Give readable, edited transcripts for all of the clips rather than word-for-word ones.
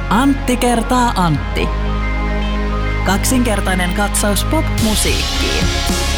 Antti kertaa Antti. Kaksinkertainen katsaus pop-musiikkiin.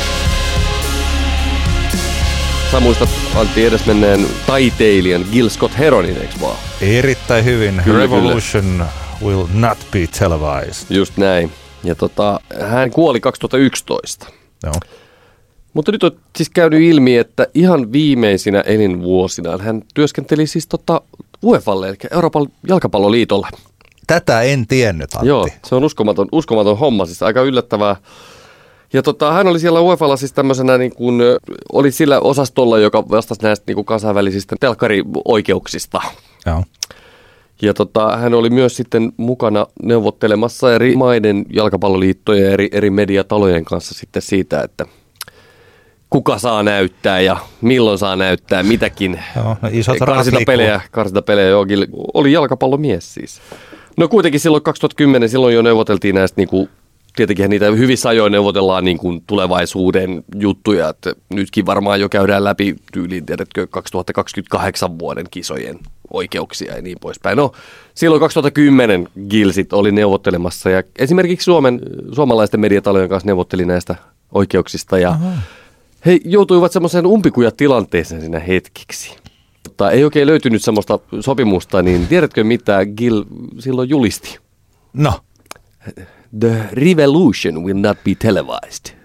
Sä muistat Antti edesmenneen taiteilijan Gil Scott-Heronin, eikö vaan? Erittäin hyvin. Kyllä, Revolution will not be televised. Just näin. Ja hän kuoli 2011. Joo. Mutta nyt on siis käynyt ilmi, että ihan viimeisinä elinvuosinaan hän työskenteli siis UEFalle, eli Euroopan jalkapalloliitolle. Tätä en tiennyt, Antti. Joo, se on uskomaton homma, siis aika yllättävää. Ja hän oli siellä UEFalla siis tämmöisenä niin kuin, oli sillä osastolla, joka vastasi näistä niin kuin kansainvälisistä telkkarioikeuksista. Joo. Ja hän oli myös sitten mukana neuvottelemassa eri maiden jalkapalloliittojen ja eri mediatalojen kanssa sitten siitä, että kuka saa näyttää ja milloin saa näyttää mitäkin. Joo, no isot karsintapelejä, oli jalkapallomies siis. No kuitenkin silloin 2010, silloin jo neuvoteltiin näistä, niin kuin, tietenkin niitä hyvissä ajoin neuvotellaan niin kuin tulevaisuuden juttuja, että nytkin varmaan jo käydään läpi tyyliin, tiedätkö, 2028 vuoden kisojen oikeuksia ja niin poispäin. No silloin 2010 Gilsit oli neuvottelemassa ja esimerkiksi suomalaisten mediatalojen kanssa neuvotteli näistä oikeuksista ja he joutuivat semmoiseen umpikujatilanteeseen siinä hetkiksi. Mutta ei oikein löytynyt semmoista sopimusta, niin tiedätkö mitä Gil silloin julisti? No. The revolution will not be televised.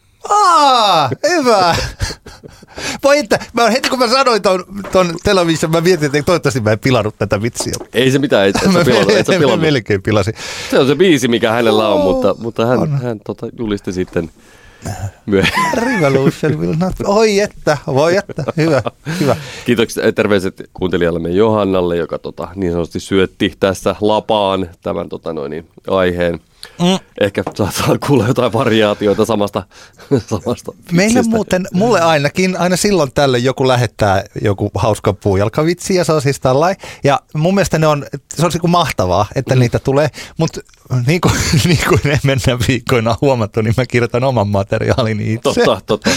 Hyvä. Voi että, heti kun mä sanoin ton television, mä mietin, että toivottavasti mä en pilannut tätä vitsiä. Ei se mitään, et sä pilannut. Melkein pilasin. Se on se biisi, mikä hänellä on, mutta hän julisti sitten myöhemmin. Revolution will not be. Voi että, hyvä. Kiitoksia terveiset kuuntelijallemme Johannalle, joka niin sanotusti syötti tässä lapaan tämän aiheen. Ehkä saa kuulla jotain variaatioita samasta meillä muuten, mulle aina silloin tällöin joku lähettää joku hauska puujalkavitsi ja se on siis tällainen. Ja mun mielestä se on mahtavaa, että niitä tulee, mutta niin kuin ne mennä viikkoina huomattu, niin mä kirjoitan oman materiaalini itse. Totta.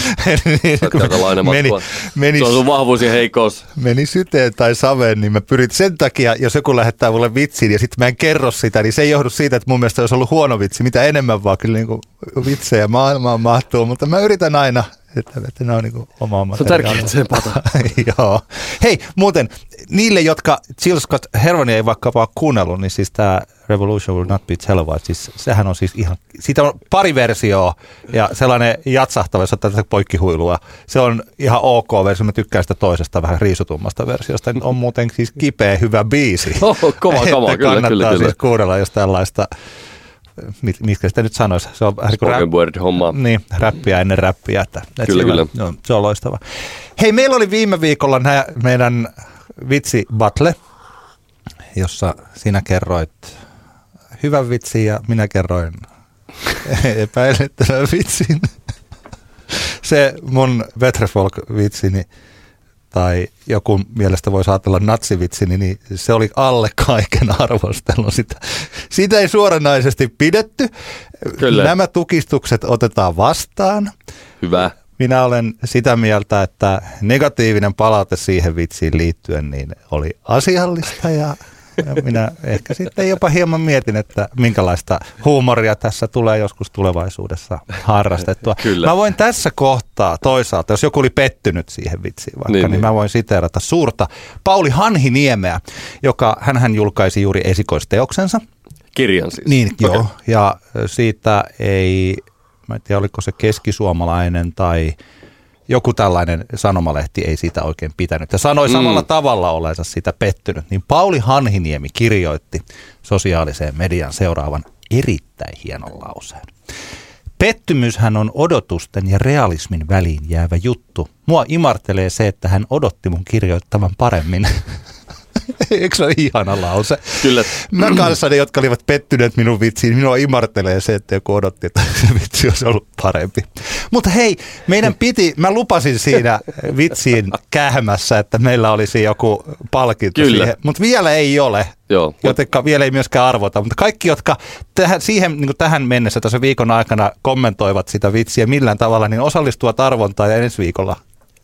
Se on sun vahvuus ja heikkous. Meni syteen tai saveen, niin mä pyrin sen takia, jos joku lähettää mulle vitsin ja sitten mä en kerro sitä, niin se ei johdu siitä, että mun mielestä olisi ollut huono vitsi, mitä enemmän vaan kyllä niin kuin vitsejä maailmaan mahtuu, mutta mä yritän aina, että ne on niin omaa materiaalia. Se on tärkeää, että sen Joo. Hei, muuten niille, jotka Gil Scott-Heronia ei vaikka vaan kuunnellut, niin siis tämä Revolution will not be televised, siis sehän on siis ihan, siitä on pari versioa ja sellainen jatsahtava, jos ottaa tätä poikkihuilua, se on ihan ok versio, mä tykkään sitä toisesta vähän riisutummasta versiosta, on muuten siis kipeä hyvä biisi. Kova, kyllä. Kannattaa siis kuunnella, jos tällaista, mitkä sitä nyt sanoisi, se on spoken word-hommaa. Niin, räppiä ennen räppiä, että kyllä. No, se on loistava. Hei, meillä oli viime viikolla meidän vitsi battle, jossa sinä kerroit hyvän vitsin ja minä kerroin epäilyttävän vitsin. Se mun Vetrefolk-vitsini tai joku mielestä voisi ajatella natsivitsini, niin se oli alle kaiken arvostelun. Sitä ei suoranaisesti pidetty. Kyllä. Nämä tukistukset otetaan vastaan. Hyvä. Minä olen sitä mieltä, että negatiivinen palaute siihen vitsiin liittyen niin oli asiallista ja minä ehkä sitten jopa hieman mietin, että minkälaista huumoria tässä tulee joskus tulevaisuudessa harrastettua. Kyllä. Mä voin tässä kohtaa toisaalta, jos joku oli pettynyt siihen vitsiin vaikka, niin mä voin siteerata suurta Pauli Hanhiniemeä, joka hän julkaisi juuri esikoisteoksensa. Kirjan siis. Niin, okay. Joo. Ja siitä ei, mä en tiedä oliko se Keskisuomalainen tai joku tällainen sanomalehti ei sitä oikein pitänyt ja sanoi samalla tavalla olensa sitä pettynyt, niin Pauli Hanhiniemi kirjoitti sosiaaliseen median seuraavan erittäin hienon lauseen. Pettymyshän on odotusten ja realismin väliin jäävä juttu. Mua imartelee se, että hän odotti mun kirjoittavan paremmin. Eikö se ole ihana lause? Kyllä. Mä kanssa ne, jotka olivat pettyneet minun vitsiin, minua imartelee se, että joku odotti, että se vitsi olisi ollut parempi. Mutta hei, mä lupasin siinä vitsiin kähmässä, että meillä olisi joku palkinto siihen, mutta vielä ei ole. Joo, jotenka vielä ei myöskään arvota, mutta kaikki, jotka tähän mennessä tässä viikon aikana kommentoivat sitä vitsiä millään tavalla, niin osallistuvat arvontaan ja ensi viikolla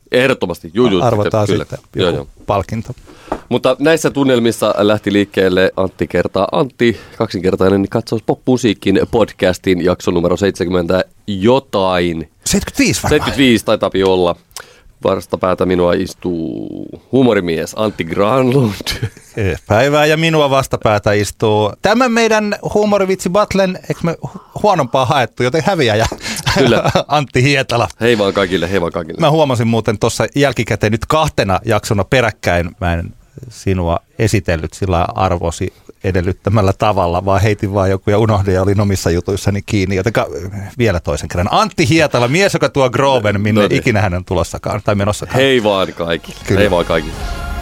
Ehdottomasti, arvotaan kyllä. sitten joku palkinto. Mutta näissä tunnelmissa lähti liikkeelle Antti kertaa Antti, kaksinkertainen katsaus popmusiikin podcastin jakso numero 70 jotain. 75 varmaan. 75 taitaa olla. Vastapäätä minua istuu huumorimies Antti Granlund. Päivää ja minua vastapäätä istuu tämän meidän huumorivitsi-battlen, eikö me huonompaa haettu, joten häviäjä Kyllä. Antti Hietala. Hei vaan kaikille, hei vaan kaikille. Mä huomasin muuten tuossa jälkikäteen nyt 2 jaksona peräkkäin, mä en sinua esitellyt sillä arvosi edellyttämällä tavalla, vaan heitin vaan joku ja unohdin ja olin omissa jutuissani kiinni. Jotenka vielä toisen kerran. Antti Hietala, mies, joka tuo Groven, minne ikinä hän on tulossakaan tai menossakaan. Hei vaan kaikille. Kyllä. Hei vaan kaikille.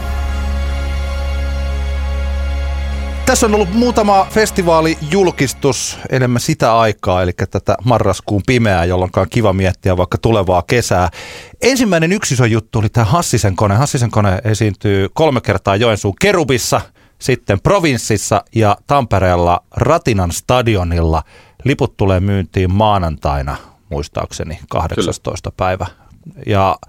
Tässä on ollut muutama festivaalijulkistus enemmän sitä aikaa, eli tätä marraskuun pimeää, jolloin on kiva miettiä vaikka tulevaa kesää. Ensimmäinen yksi iso juttu oli tämä Hassisen kone. Hassisen kone esiintyy 3 kertaa Joensuun Kerubissa, sitten Provinssissa ja Tampereella Ratinan stadionilla. Liput tulee myyntiin maanantaina, muistaakseni 18. päivä. Ja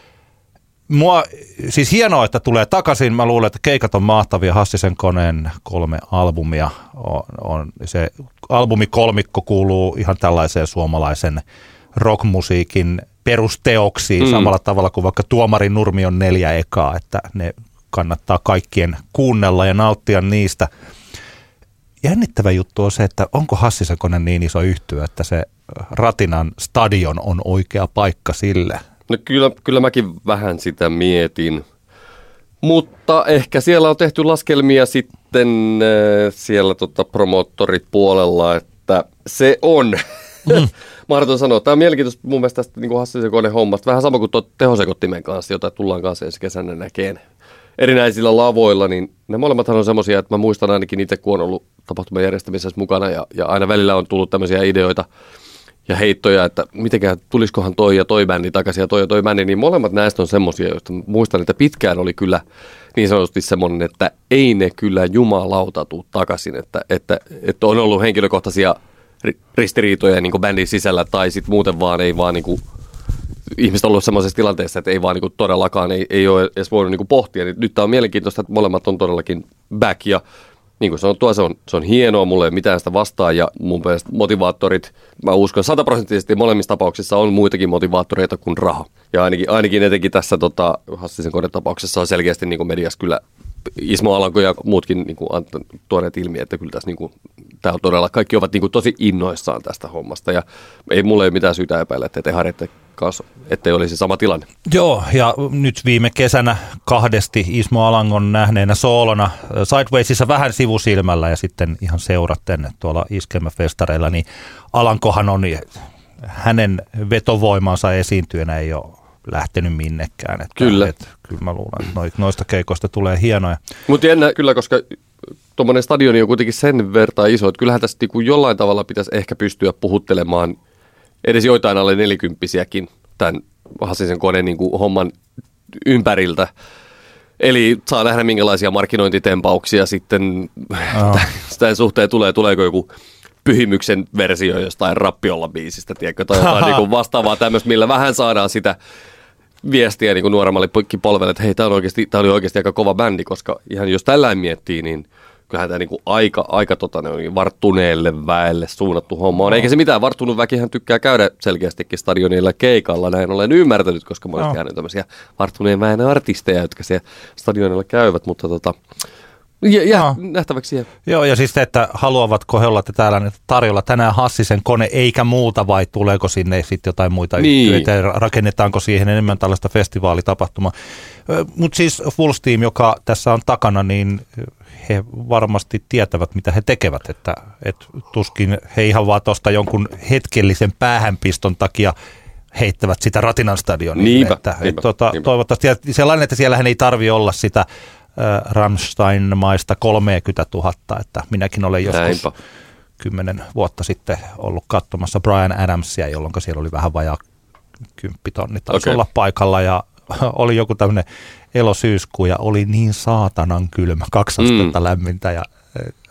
mua, siis hienoa, että tulee takaisin. Mä luulen, että keikat on mahtavia. Hassisen koneen 3 albumia. On se albumikolmikko kuuluu ihan tällaiseen suomalaisen rockmusiikin perusteoksiin samalla tavalla kuin vaikka Tuomarin Nurmion 4 ekaa, että ne kannattaa kaikkien kuunnella ja nauttia niistä. Jännittävä juttu on se, että onko Hassisen kone niin iso yhtye, että se Ratinan stadion on oikea paikka sille. No kyllä mäkin vähän sitä mietin, mutta ehkä siellä on tehty laskelmia sitten siellä promoottoripuolella, että se on. Mahdoton sanoa. Tämä on mielenkiintoista mun mielestä tästä niin Hassisen koneen hommasta. Vähän sama kuin tuo tehosekottimen kanssa, jota tullaan kanssa ensi kesänä näkeen erinäisillä lavoilla, niin ne molemmathan on semmoisia, että mä muistan ainakin itse, kun on ollut tapahtuman järjestämisessä mukana ja aina välillä on tullut tämmöisiä ideoita ja heittoja, että mitenkään tulisikohan toi ja toi bändi takaisin ja toi bändi, niin molemmat näistä on semmoisia, joista muistan, että pitkään oli kyllä niin sanotusti semmoinen, että ei ne kyllä jumalauta tuu takaisin, että on ollut henkilökohtaisia ristiriitoja niin kuin bändin sisällä tai sitten muuten vaan ei vaan niin kuin ihmiset on ollut semmoisessa tilanteessa, että ei vaan niin todellakaan ei ole edes voinut niin pohtia. Nyt tämä on mielenkiintoista, että molemmat on todellakin back ja niin kuin sanottua, se on hienoa, mulla ei ole mitään sitä vastaan ja mun mielestä motivaattorit, mä uskon 100% molemmissa tapauksissa on muitakin motivaattoreita kuin raha. Ja ainakin etenkin tässä Hassisen koneen tapauksessa on selkeästi niin kuin mediassa kyllä Ismo Alanko ja muutkin niin kuin tuoneet ilmi, että kyllä tässä niin kuin, tää on todella, kaikki ovat niin kuin tosi innoissaan tästä hommasta ja ei mulla ei mitään syytä epäillä, että harjoitte kanssa, ettei olisi sama tilanne. Joo, ja nyt viime kesänä 2 Ismo Alangon nähneenä soolona Sidewaysissa vähän sivusilmällä ja sitten ihan seuraten tuolla iskelmäfestareilla, niin Alankohan on, hänen vetovoimansa esiintyjänä ei ole lähtenyt minnekään. Kyllä. Kyllä mä luulen, että noista keikoista tulee hienoja. Mutta jännä kyllä, koska tuommoinen stadioni on kuitenkin sen verran iso, että kyllähän tästä jollain tavalla pitäisi ehkä pystyä puhuttelemaan edes joitain alle 40-vuotiaitakin tämän Hassisen koneen niin kuin homman ympäriltä. Eli saa nähdä, minkälaisia markkinointitempauksia sitten tämän suhteen tulee. Tuleeko joku Pyhimyksen versio jostain Rappiolla biisistä, tiedätkö, tai jotain niin kuin vastaavaa tämmöistä, millä vähän saadaan sitä viestiä niin kuin nuoremmalle polvelle, että hei, tämä oli oikeasti aika kova bändi, koska ihan jos tällainen miettii, niin kyllähän tämä niin kuin aika varttuneelle väelle suunnattu homma on. Eikä se mitään, varttunut väkihän tykkää käydä selkeästikin stadionilla keikalla, näin olen ymmärtänyt, koska mä olen käynyt tämmöisiä varttuneen väen artisteja, jotka siellä stadionilla käyvät, mutta nähtäväksi jää. Joo, ja siis että haluavatko he olla täällä tarjolla tänään Hassisen kone eikä muuta, vai tuleeko sinne sitten jotain muita yhtiöitä, ja rakennetaanko siihen enemmän tällaista festivaalitapahtumaa. Mutta siis Full Steam, joka tässä on takana, niin he varmasti tietävät, mitä he tekevät, että tuskin he ihan vaan tuosta jonkun hetkellisen päähänpiston takia heittävät sitä Ratinan stadionille. Niinpä. Toivottavasti sellainen, että siellähän ei tarvitse olla sitä Rammstein-maista 30 000, että minäkin olen joskus 10 vuotta sitten ollut katsomassa Bryan Adamsia, jolloin siellä oli vähän vajaa 10 000 taisi olla paikalla ja oli joku tämmöinen elosyyskuu ja oli niin saatanan kylmä, 2 astetta lämmintä ja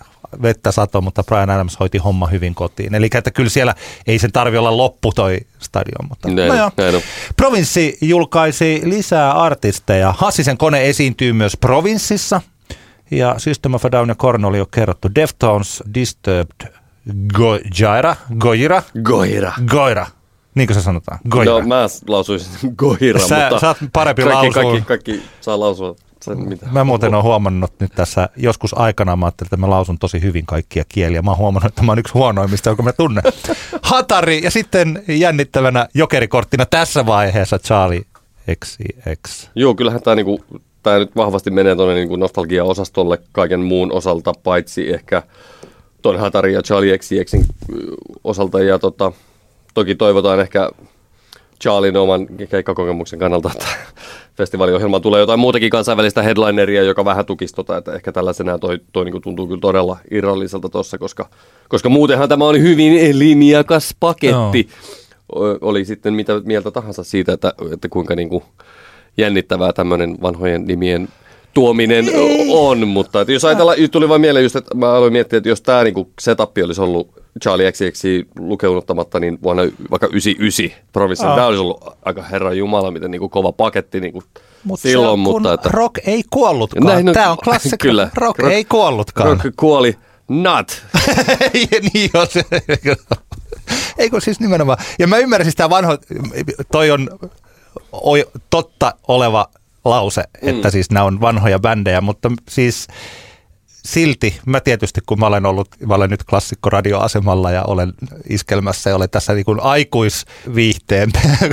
vettä sato, mutta Bryan Adams hoiti homma hyvin kotiin. Eli että kyllä siellä ei sen tarvitse olla loppu toi stadion. Mutta, näin on. Provinssi julkaisi lisää artisteja. Hassisen kone esiintyy myös Provinssissa. Ja System of a Down ja Korn oli jo kerrottu. Deftones, Disturbed, Gojira. Niin kuin se sanotaan? Gojira. No mä lausuisin Gojira, mutta sä oot parempi lausua. Kaikki saa lausua sen, mitä. Mä muuten olen huomannut nyt tässä joskus aikana, mä ajattelin, että mä lausun tosi hyvin kaikkia kieliä. Mä oon huomannut, että mä oon yksi huonoimmista, jonka mä tunnen. Hatari ja sitten jännittävänä jokerikorttina tässä vaiheessa Charlie XCX. Joo, kyllähän tämä nyt vahvasti menee tuonne niinku nostalgia-osastolle kaiken muun osalta, paitsi ehkä tuon Hatari ja Charlie XCXin osalta. Ja toki toivotaan ehkä Charlien oman keikkakokemuksen kannalta, että festivaaliohjelmaan tulee jotain muutakin kansainvälistä headlineria, joka vähän tukisi että ehkä tällaisenä toi niin tuntuu kyllä todella irralliselta tuossa, koska muutenhan tämä oli hyvin linjakas paketti. Oli sitten mitä mieltä tahansa siitä, että kuinka niin kuin jännittävää tämmöinen vanhojen nimien tuominen on, mutta että jos ajatellaan, tuli vaan mieleen just, että mä aloin miettiä, että jos tämä niin setup olisi ollut Charlie XCX lukeunuttamatta, niin vuonna vaikka 99 Provinssin, tämä olisi ollut aika herran jumala, miten niin kova paketti niin silloin. Mutta että rock ei kuollutkaan. Tämä on klassikko. Kyllä. Rock ei kuollutkaan. Rock kuoli not. Niin on se. Eikö siis nimenomaan. Ja mä ymmärrän siis tämä vanho, toi on totta oleva lause, että siis nämä on vanhoja bändejä, mutta siis silti mä tietysti, kun mä olen nyt klassikkoradioasemalla ja olen iskelmässä ja olen tässä niin kuin aikuisviihteen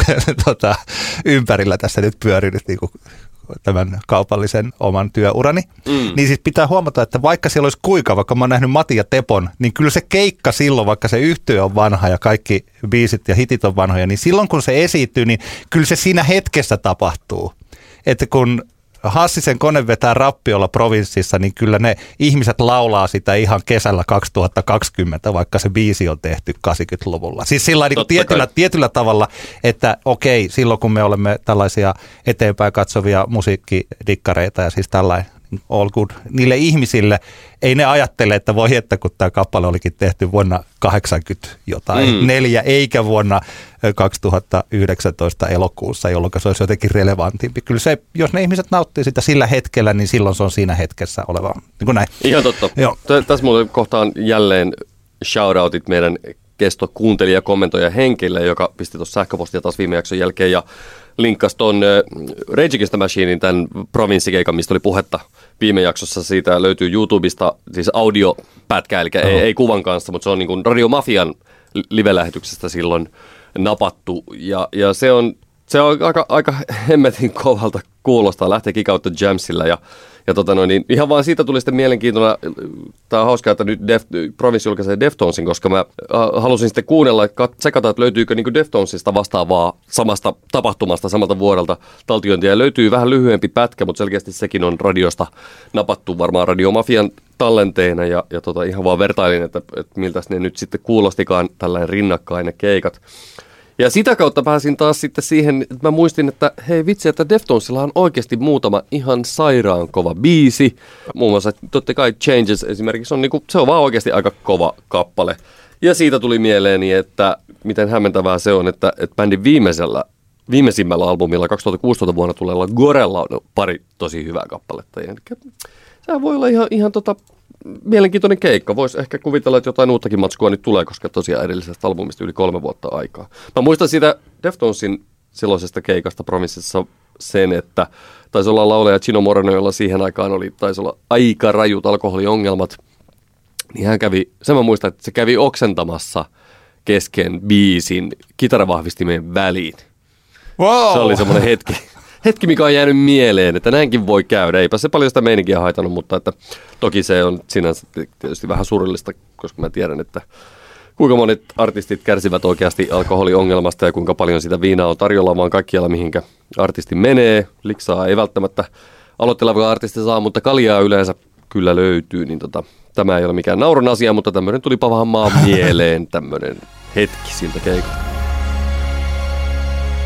ympärillä tässä nyt pyörinyt niin kuin tämän kaupallisen oman työurani, niin siis pitää huomata, että vaikka siellä olisi kuinka, vaikka mä oon nähnyt Mati ja Tepon, niin kyllä se keikka silloin, vaikka se yhtye on vanha ja kaikki biisit ja hitit on vanhoja, niin silloin kun se esiintyy, niin kyllä se siinä hetkessä tapahtuu. Että kun Hassisen kone vetää rappiolla Provinssissa, niin kyllä ne ihmiset laulaa sitä ihan kesällä 2020, vaikka se biisi on tehty 80-luvulla. Siis sillä niin tietyllä tavalla, että okei, silloin kun me olemme tällaisia eteenpäin katsovia musiikkidikkareita ja siis tällainen all good, niille ihmisille ei ne ajattele, että voi että kun tämä kappale olikin tehty vuonna 80 jotain 4 eikä vuonna 2019 elokuussa, jolloin se olisi jotenkin relevantimpi. Kyllä se, jos ne ihmiset nauttii sitä sillä hetkellä, niin silloin se on siinä hetkessä oleva. Niin kuin näin. Ihan totta. Tässä mulle kohtaan jälleen shoutoutit meidän kestokuuntelija, kommentoija Henkille, joka pisti tuossa sähköpostia taas viime jakson jälkeen ja linkkasi tuon Rage Against the Machinein tämän provinssikeikan, mistä oli puhetta viime jaksossa. Siitä löytyy YouTubesta siis audiopätkä, eli ei kuvan kanssa, mutta se on niin kuin Radio Mafian live-lähetyksestä silloin napattu. Ja se on aika hemmetin kovalta kuulostaa, lähteekin kautta Jamsilla ja niin ihan vaan siitä tuli sitten mielenkiintoinen, tämä on hauskaa, että nyt Province julkaisee Deftonesin, koska mä halusin sitten kuunnella, tsekata, että löytyykö niin Deftonesista vastaavaa samasta tapahtumasta, samalta vuodelta taltiointia. Ja löytyy vähän lyhyempi pätkä, mutta selkeästi sekin on radiosta napattu varmaan Radio Mafian tallenteena ja ihan vaan vertailin, että miltä ne nyt sitten kuulostikaan tällainen rinnakkain ne keikat. Ja sitä kautta pääsin taas sitten siihen, että mä muistin, että hei vitsi, että Deftonesilla on oikeasti muutama ihan sairaan kova biisi. Muun muassa totta kai Changes esimerkiksi on se on vaan oikeasti aika kova kappale. Ja siitä tuli mieleeni, että miten hämmentävää se on, että bändin viimeisimmällä albumilla 2016 vuonna tulleella Gorella on pari tosi hyvää kappaletta. Sehän voi olla ihan mielenkiintoinen keikka. Voisi ehkä kuvitella, että jotain uuttakin matskua nyt tulee, koska tosiaan edellisestä albumista yli 3 vuotta aikaa. Mä muistan siitä Deftonesin silloisesta keikasta Provinssissa sen, että taisi olla laulaja Chino Moreno, jolla siihen aikaan taisi olla aika rajut alkoholiongelmat. Niin sen mä muistan, että se kävi oksentamassa kesken biisin kitaravahvistimeen väliin. Wow. Se oli semmoinen hetki, mikä on jäänyt mieleen, että näinkin voi käydä. Eipä se paljon sitä meininkiä haitannut, mutta että toki se on sinänsä tietysti vähän surullista, koska mä tiedän, että kuinka monet artistit kärsivät oikeasti alkoholiongelmasta ja kuinka paljon sitä viinaa on tarjolla vaan kaikkialla, mihinkä artisti menee. Liksaa ei välttämättä aloitteleva artisti saa, mutta kaljaa yleensä kyllä löytyy. Niin tämä ei ole mikään naurun asia, mutta tämmöinen tulipa vähän maan mieleen tämmöinen hetki siltä keikolta.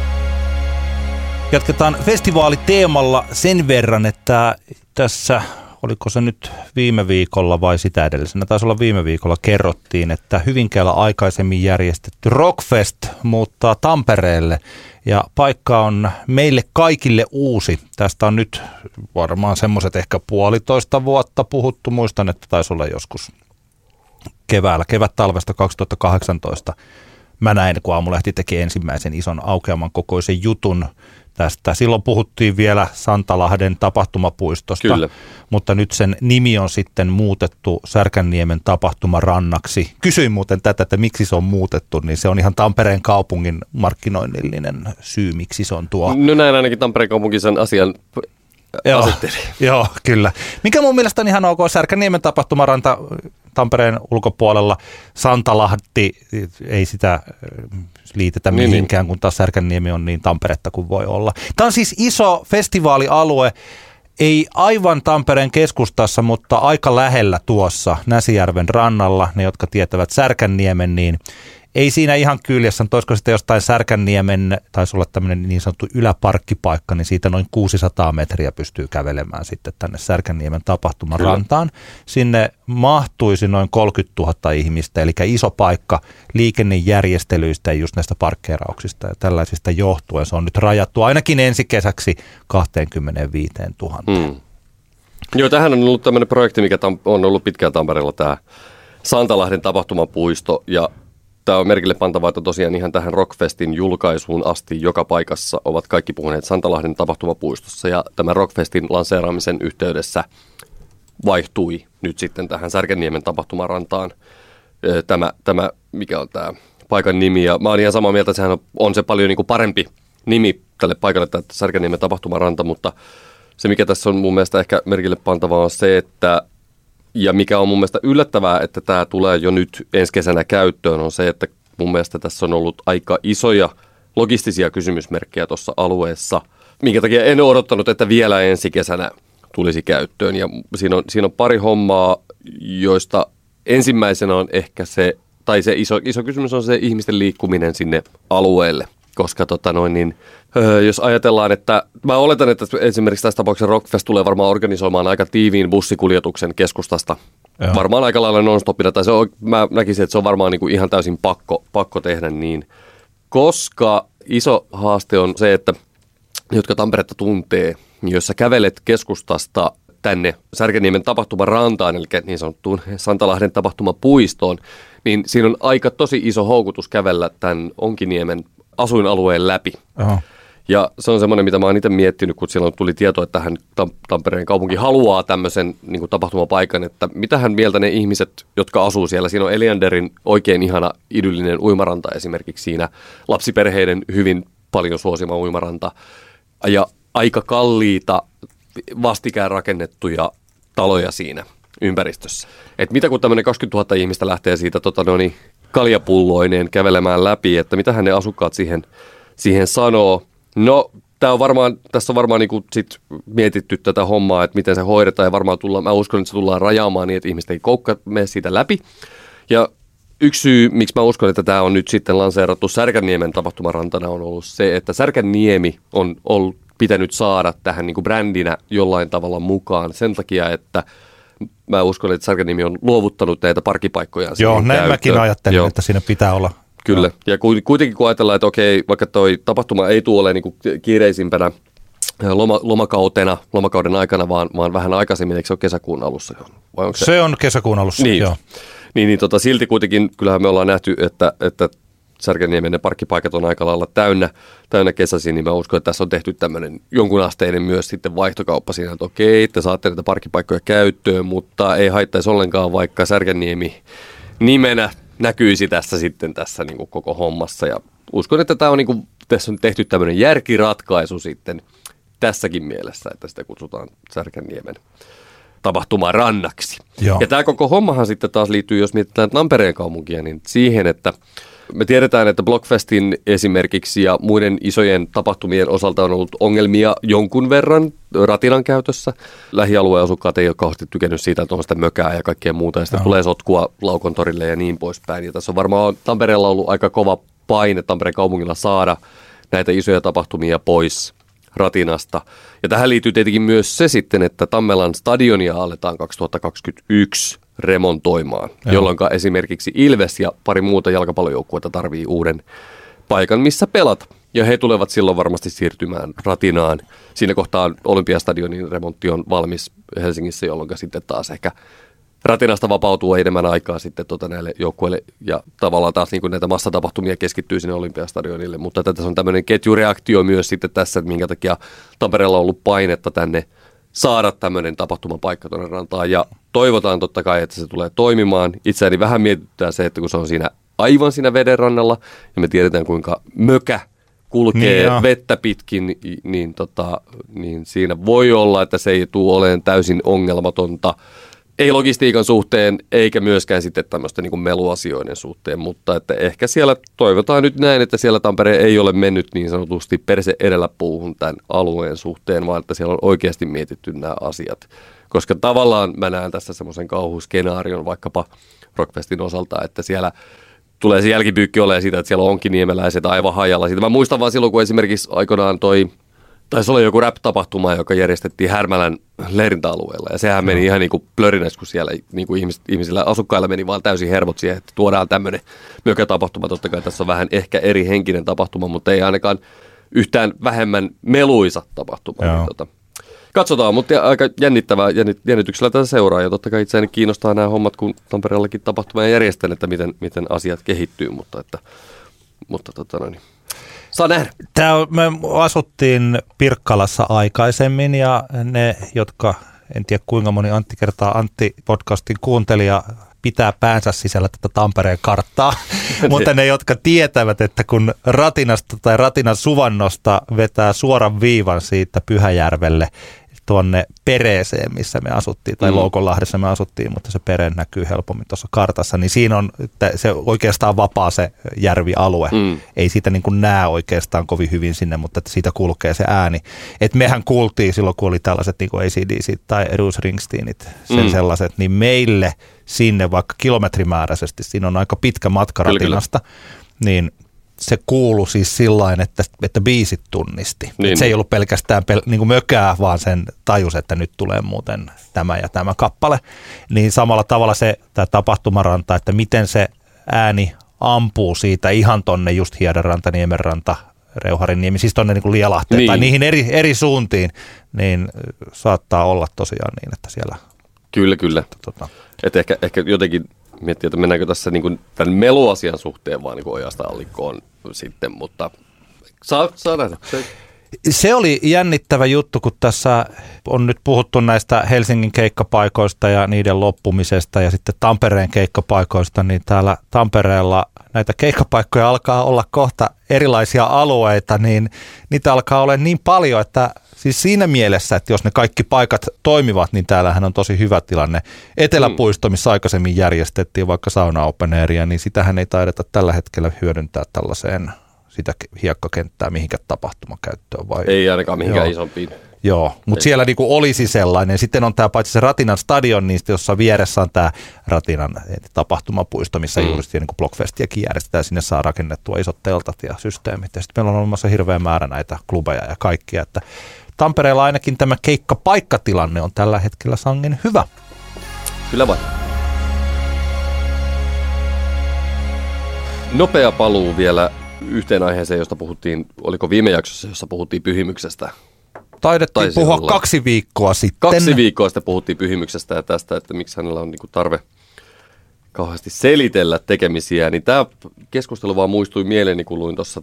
Jatketaan festivaaliteemalla sen verran, että tässä oliko se nyt viime viikolla vai sitä edellisenä, taisi olla viime viikolla, kerrottiin, että Hyvinkäällä aikaisemmin järjestetty Rockfest muuttaa Tampereelle ja paikka on meille kaikille uusi. Tästä on nyt varmaan semmoiset ehkä 1,5 vuotta puhuttu, muistan, että taisi olla joskus kevät-talvesta 2018. Mä näin, kun Aamulehti teki ensimmäisen ison aukeaman kokoisen jutun tästä. Silloin puhuttiin vielä Santalahden tapahtumapuistosta, kyllä, mutta nyt sen nimi on sitten muutettu Särkänniemen tapahtumarannaksi. Kysyin muuten tätä, että miksi se on muutettu, niin se on ihan Tampereen kaupungin markkinoinnillinen syy, miksi se on tuo. No näin ainakin Tampereen kaupunki sen asian asetteli. Joo, kyllä. Mikä mun mielestä on ihan ok, Särkänniemen tapahtumaranta Tampereen ulkopuolella, Santalahti, ei sitä liitetä mihinkään, kun taas Särkänniemi on niin Tamperetta kuin voi olla. Tämä on siis iso festivaalialue, ei aivan Tampereen keskustassa, mutta aika lähellä tuossa Näsijärven rannalla. Ne, jotka tietävät Särkänniemen, niin ei siinä ihan kyljessä, mutta olisiko sitten jostain Särkänniemen, taisi olla tämmöinen niin sanottu yläparkkipaikka, niin siitä noin 600 metriä pystyy kävelemään sitten tänne Särkänniemen tapahtumarantaan. Sinne mahtuisi noin 30 000 ihmistä, eli iso paikka liikennejärjestelyistä ja just näistä parkkeerauksista ja tällaisista johtuen. Se on nyt rajattu ainakin ensi kesäksi 25 000. Joo, tähän on ollut tämmöinen projekti, mikä on ollut pitkään Tampereella, tämä Santalahden tapahtumapuisto, ja tämä on merkille pantavaa, että tosiaan ihan tähän Rockfestin julkaisuun asti joka paikassa ovat kaikki puhuneet Santalahden tapahtumapuistossa, ja tämän Rockfestin lanseeraamisen yhteydessä vaihtui nyt sitten tähän Särkänniemen tapahtumarantaan tämä mikä on tämä paikan nimi, ja mä oon ihan samaa mieltä, että sehän on se paljon niin kuin parempi nimi tälle paikalle, tämä Särkänniemen tapahtumaranta, mutta se mikä tässä on mun mielestä ehkä merkille pantavaa on se, että ja mikä on mun mielestä yllättävää, että tämä tulee jo nyt ensi kesänä käyttöön, on se, että mun mielestä tässä on ollut aika isoja logistisia kysymysmerkkejä tuossa alueessa, minkä takia en odottanut, että vielä ensi kesänä tulisi käyttöön. Ja siinä on pari hommaa, joista ensimmäisenä on ehkä se iso kysymys on se ihmisten liikkuminen sinne alueelle, koska jos ajatellaan, että mä oletan, että esimerkiksi tässä tapauksessa Rockfest tulee varmaan organisoimaan aika tiiviin bussikuljetuksen keskustasta. Joo. Varmaan aika lailla non-stopina, tai mä näkisin, että se on varmaan niin kuin ihan täysin pakko tehdä niin. Koska iso haaste on se, että jotka Tamperetta tuntee, jos sä kävelet keskustasta tänne Särkänniemen tapahtumarantaan, eli niin sanottuun Santalahden tapahtumapuistoon, niin siinä on aika tosi iso houkutus kävellä tämän Onkiniemen asuinalueen läpi. Aha. Ja se on semmoinen, mitä mä oon itse miettinyt, kun silloin tuli tieto, että tähän Tampereen kaupunki haluaa tämmöisen niin kuin tapahtumapaikan, että mitähän mieltä ne ihmiset, jotka asuu siellä. Siinä on Elianderin oikein ihana idyllinen uimaranta esimerkiksi siinä, lapsiperheiden hyvin paljon suosima uimaranta ja aika kalliita vastikään rakennettuja taloja siinä ympäristössä. Et mitä kun tämmöinen 20 000 ihmistä lähtee siitä kaljapulloineen kävelemään läpi, että mitähän ne asukkaat siihen sanoo. No, tässä on varmaan niinku sit mietitty tätä hommaa, että miten se hoidetaan, ja varmaan mä uskon, että se tullaan rajaamaan niin, että ihmiset ei mene siitä läpi. Ja yksi syy, miksi mä uskon, että tämä on nyt sitten lanseerattu Särkänniemen tapahtumarantana, on ollut se, että Särkänniemi on ollut pitänyt saada tähän niinku brändinä jollain tavalla mukaan sen takia, että mä uskon, että Särkänniemi on luovuttanut näitä parkkipaikkoja. Joo, näin käyttöön. Mäkin ajattelin, että siinä pitää olla. Kyllä, ja kuitenkin kun ajatellaan, että okei, vaikka toi tapahtuma ei tule niin kiireisimpänä lomakauden aikana, vaan vähän aikaisemmin, eikö se ole kesäkuun alussa? Vai onko se on kesäkuun alussa, niin, joo. Niin, silti kuitenkin, kyllähän me ollaan nähty, että Särkänniemen ne parkkipaikat on aika lailla täynnä kesäisin, niin mä uskon, että tässä on tehty tämmöinen jonkunasteinen myös sitten vaihtokauppa siinä, että okei, te saatte näitä parkkipaikkoja käyttöön, mutta ei haittaisi ollenkaan, vaikka Särkänniemi nimenä näkyisi tässä niin kuin koko hommassa, ja uskon, että tässä on tehty tämmöinen järkiratkaisu sitten tässäkin mielessä, että sitä kutsutaan Särkänniemen tapahtumarannaksi. Joo. Ja tämä koko hommahan sitten taas liittyy, jos mietitään Tampereen kaupunkia, niin siihen, että me tiedetään, että Blockfestin esimerkiksi ja muiden isojen tapahtumien osalta on ollut ongelmia jonkun verran ratinan käytössä. Lähialueen asukkaat ei ole kauheasti tykännyt siitä, että on sitä mökää ja kaikkea muuta, ja sitten tulee sotkua Laukontorille ja niin poispäin. Ja tässä on varmaan Tampereella ollut aika kova paine Tampereen kaupungilla saada näitä isoja tapahtumia pois Ratinasta. Ja tähän liittyy tietenkin myös se sitten, että Tammelan stadionia aletaan 2021 remontoimaan, jolloin esimerkiksi Ilves ja pari muuta jalkapallojoukkuetta tarvii uuden paikan, missä pelata. Ja he tulevat silloin varmasti siirtymään Ratinaan. Siinä kohtaa Olympiastadionin remontti on valmis Helsingissä, jolloin sitten taas ehkä Ratinasta vapautuu enemmän aikaa sitten näille joukkueille ja tavallaan taas niin kuin näitä massatapahtumia keskittyy sinne Olympiastadionille. Mutta tässä on tämmöinen ketjureaktio myös sitten tässä, että minkä takia Tampereella on ollut painetta tänne saada tämmöinen tapahtumapaikka tuonne rantaan. Ja toivotaan totta kai, että se tulee toimimaan. Itseäni vähän mietityttää se, että kun se on siinä aivan siinä veden rannalla ja me tiedetään kuinka mökä kulkee vettä pitkin, niin siinä voi olla, että se ei tule olemaan täysin ongelmatonta. Ei logistiikan suhteen, eikä myöskään sitten tämmöistä niin kuin meluasioiden suhteen, mutta että ehkä siellä toivotaan nyt näin, että siellä Tampere ei ole mennyt niin sanotusti perse edellä puuhun tämän alueen suhteen, vaan että siellä on oikeasti mietitty nämä asiat. Koska tavallaan mä näen tässä semmoisen kauhuskenaarion vaikkapa Rockfestin osalta, että siellä tulee se jälkipyykki olemaan siitä, että siellä onkin niemeläiset aivan hajalla. Siitä mä muistan vaan silloin, kun esimerkiksi aikanaan taisi olla joku rap-tapahtuma, joka järjestettiin Härmälän leirintäalueella. Ja sehän meni ihan niin kuin plörinäs, kun siellä niin kuin ihmisillä asukkailla meni vaan täysin hermot siihen, että tuodaan tämmöinen mökätapahtuma. Totta kai tässä on vähän ehkä eri henkinen tapahtuma, mutta ei ainakaan yhtään vähemmän meluisa tapahtuma. Katsotaan, mutta aika jännittävää jännityksellä tätä seuraa. Ja totta kai itseäni kiinnostaa nämä hommat, kun Tampereellakin tapahtuma järjestän, että miten asiat kehittyy. Saa nähdä. Me asuttiin Pirkkalassa aikaisemmin ja ne, jotka, en tiedä kuinka moni Antti kertaa Antti-podcastin kuuntelija pitää päänsä sisällä tätä Tampereen karttaa, mutta ne, jotka tietävät, että kun Ratinasta tai Ratinan Suvannosta vetää suoran viivan siitä Pyhäjärvelle tuonne Pereeseen, missä me asuttiin, tai Loukonlahdessa me asuttiin, mutta se Pere näkyy helpommin tuossa kartassa, niin siinä on se oikeastaan vapaa se järvialue. Ei siitä niin kuin näe oikeastaan kovin hyvin sinne, mutta että siitä kulkee se ääni. Et mehän kuultiin silloin, kun oli tällaiset niin kuin AC/DC tai Bruce Springsteenit, sen sellaiset, niin meille sinne vaikka kilometrimääräisesti, siinä on aika pitkä matka Ratinasta, niin se kuului siis sillain, että biisit tunnisti. Niin. Se ei ollut pelkästään niin kuin mökää, vaan sen tajus, että nyt tulee muuten tämä ja tämä kappale. Niin samalla tavalla tämä tapahtumaranta, että miten se ääni ampuu siitä ihan tonne just Hiedanranta, Niemenranta, Reuharinniemi, siis tonne niin kuin Lielahteen tai niihin eri suuntiin, niin saattaa olla tosiaan niin, että siellä... Kyllä. Että ehkä jotenkin miettiä, että mennäänkö tässä niin kuin tämän meluasian suhteen vaan niin ojasta allikkoon sitten, mutta saa nähdä. Se oli jännittävä juttu, kun tässä on nyt puhuttu näistä Helsingin keikkapaikoista ja niiden loppumisesta ja sitten Tampereen keikkapaikoista, niin täällä Tampereella näitä keikkapaikkoja alkaa olla kohta erilaisia alueita, niin niitä alkaa olla niin paljon, että siis siinä mielessä, että jos ne kaikki paikat toimivat, niin täällähän on tosi hyvä tilanne. Eteläpuisto, missä aikaisemmin järjestettiin vaikka sauna open area, niin sitähän ei taideta tällä hetkellä hyödyntää tällaiseen sitä hiekkakenttää mihinkä tapahtumakäyttöön. Vai? Ei ainakaan mihinkään isompiin. Joo, mutta siellä niinku olisi sellainen. Sitten on tämä paitsi se Ratinan stadion, niin jossa vieressä on tämä Ratinan tapahtumapuisto, missä juuri niinku Blockfestiäkin järjestetään. Sinne saa rakennettua isot teltat ja systeemit. Ja sitten meillä on olemassa hirveä määrä näitä klubeja ja kaikkia. Että Tampereella ainakin tämä keikkapaikkatilanne on tällä hetkellä sangen hyvä. Kyllä vain. Nopea paluu vielä yhteen aiheeseen, josta puhuttiin, oliko viime jaksossa, jossa puhuttiin pyhimyksestä? Taidettiin puhua 2 viikkoa sitten. 2 viikkoa sitten puhuttiin pyhimyksestä ja tästä, että miksi hänellä on niinku tarve kauheasti selitellä tekemisiä. Niin tämä keskustelu vaan muistui mieleeni, kun luin tuossa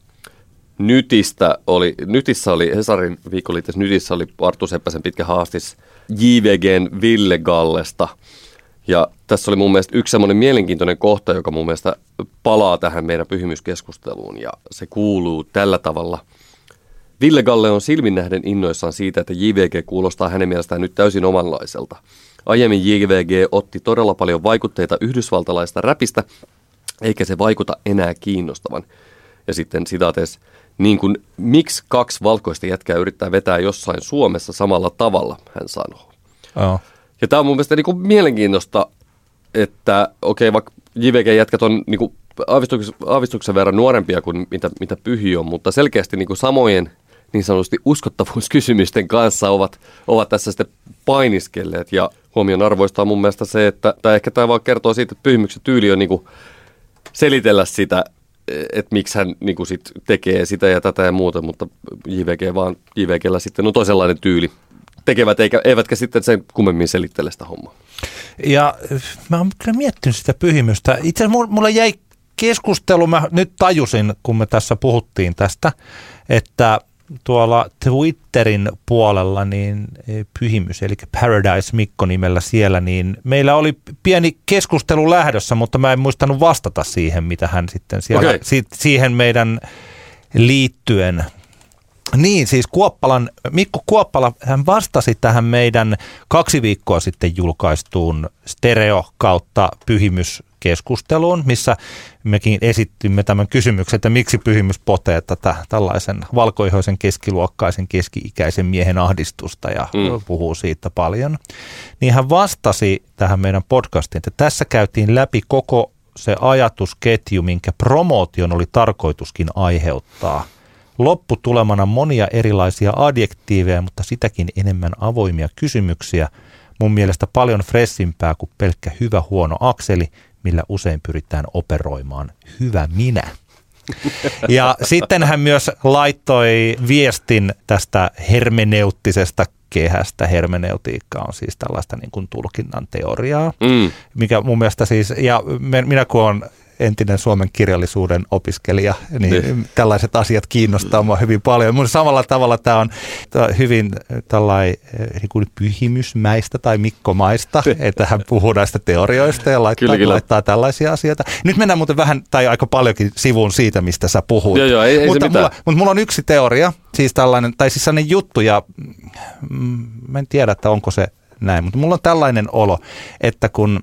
Nytissä oli Hesarin viikkoliitteessä Nytissä oli Arttu Seppäsen pitkä haastis JVGn Ville Gallesta. Ja tässä oli mun mielestä yksi semmoinen mielenkiintoinen kohta, joka mun mielestä palaa tähän meidän pyhimyskeskusteluun. Ja se kuuluu tällä tavalla. Ville Galle on silminnähden innoissaan siitä, että JVG kuulostaa hänen mielestään nyt täysin omanlaiselta. Aiemmin JVG otti todella paljon vaikutteita yhdysvaltalaista räpistä, eikä se vaikuta enää kiinnostavan. Ja sitten sitaateessa, niin kuin miksi 2 valkoista jätkää yrittää vetää jossain Suomessa samalla tavalla, hän sanoo. Oh. Ja tämä on mun mielestä niin kuin mielenkiintoista, että okei, vaikka JVG-jätkät on niin kuin aavistuksen verran nuorempia kuin mitä Pyhi on, mutta selkeästi niin kuin samojen niin sanotusti uskottavuuskysymysten kanssa ovat tässä sitten painiskelleet. Ja huomionarvoista on mun mielestä se, tai ehkä tämä vaan kertoo siitä, että Pyhimyksen tyyli on niin kuin selitellä sitä, että miksi hän niin kuin sit tekee sitä ja tätä ja muuta, mutta JVGllä sitten on toisenlainen tyyli. Tekevät eivätkä sitten sen kummemmin selittele sitä hommaa. Ja mä oon kyllä miettinyt sitä Pyhimystä. Itse asiassa mulla jäi keskustelu, mä nyt tajusin, kun me tässä puhuttiin tästä, että tuolla Twitterin puolella niin Pyhimys, eli Paradise Mikko nimellä siellä, niin meillä oli pieni keskustelu lähdössä, mutta mä en muistanut vastata siihen, mitä hän sitten siellä, siihen meidän liittyen. Niin, siis Mikko Kuoppala, hän vastasi tähän meidän 2 viikkoa sitten julkaistuun stereo kautta Pyhimys-keskusteluun, missä mekin esittimme tämän kysymyksen, että miksi Pyhimys potee tätä tällaisen valkoihoisen keskiluokkaisen keski-ikäisen miehen ahdistusta ja puhuu siitä paljon. Niin hän vastasi tähän meidän podcastiin, että tässä käytiin läpi koko se ajatusketju, minkä promootion oli tarkoituskin aiheuttaa. Lopputulemana monia erilaisia adjektiiveja, mutta sitäkin enemmän avoimia kysymyksiä. Mun mielestä paljon freshimpää kuin pelkkä hyvä huono akseli, millä usein pyritään operoimaan hyvä minä. Ja sitten hän myös laittoi viestin tästä hermeneuttisesta kehästä. Hermeneutiikka on siis tällaista niin kuin tulkinnan teoriaa, mikä mun mielestä siis, ja minä kun olen entinen suomen kirjallisuuden opiskelija, niin tällaiset asiat kiinnostaa mua hyvin paljon. Mun samalla tavalla tämä on hyvin tällainen niin kuin pyhimysmäistä tai mikkomaista, että hän puhuu näistä teorioista ja laittaa tällaisia asioita. Nyt mennään muuten vähän tai aika paljonkin sivuun siitä, mistä sä puhuit. Joo, ei mutta mulla on yksi teoria, siis tällainen, tai siis sellainen juttu, ja mä en tiedä, että onko se näin, mutta mulla on tällainen olo, että kun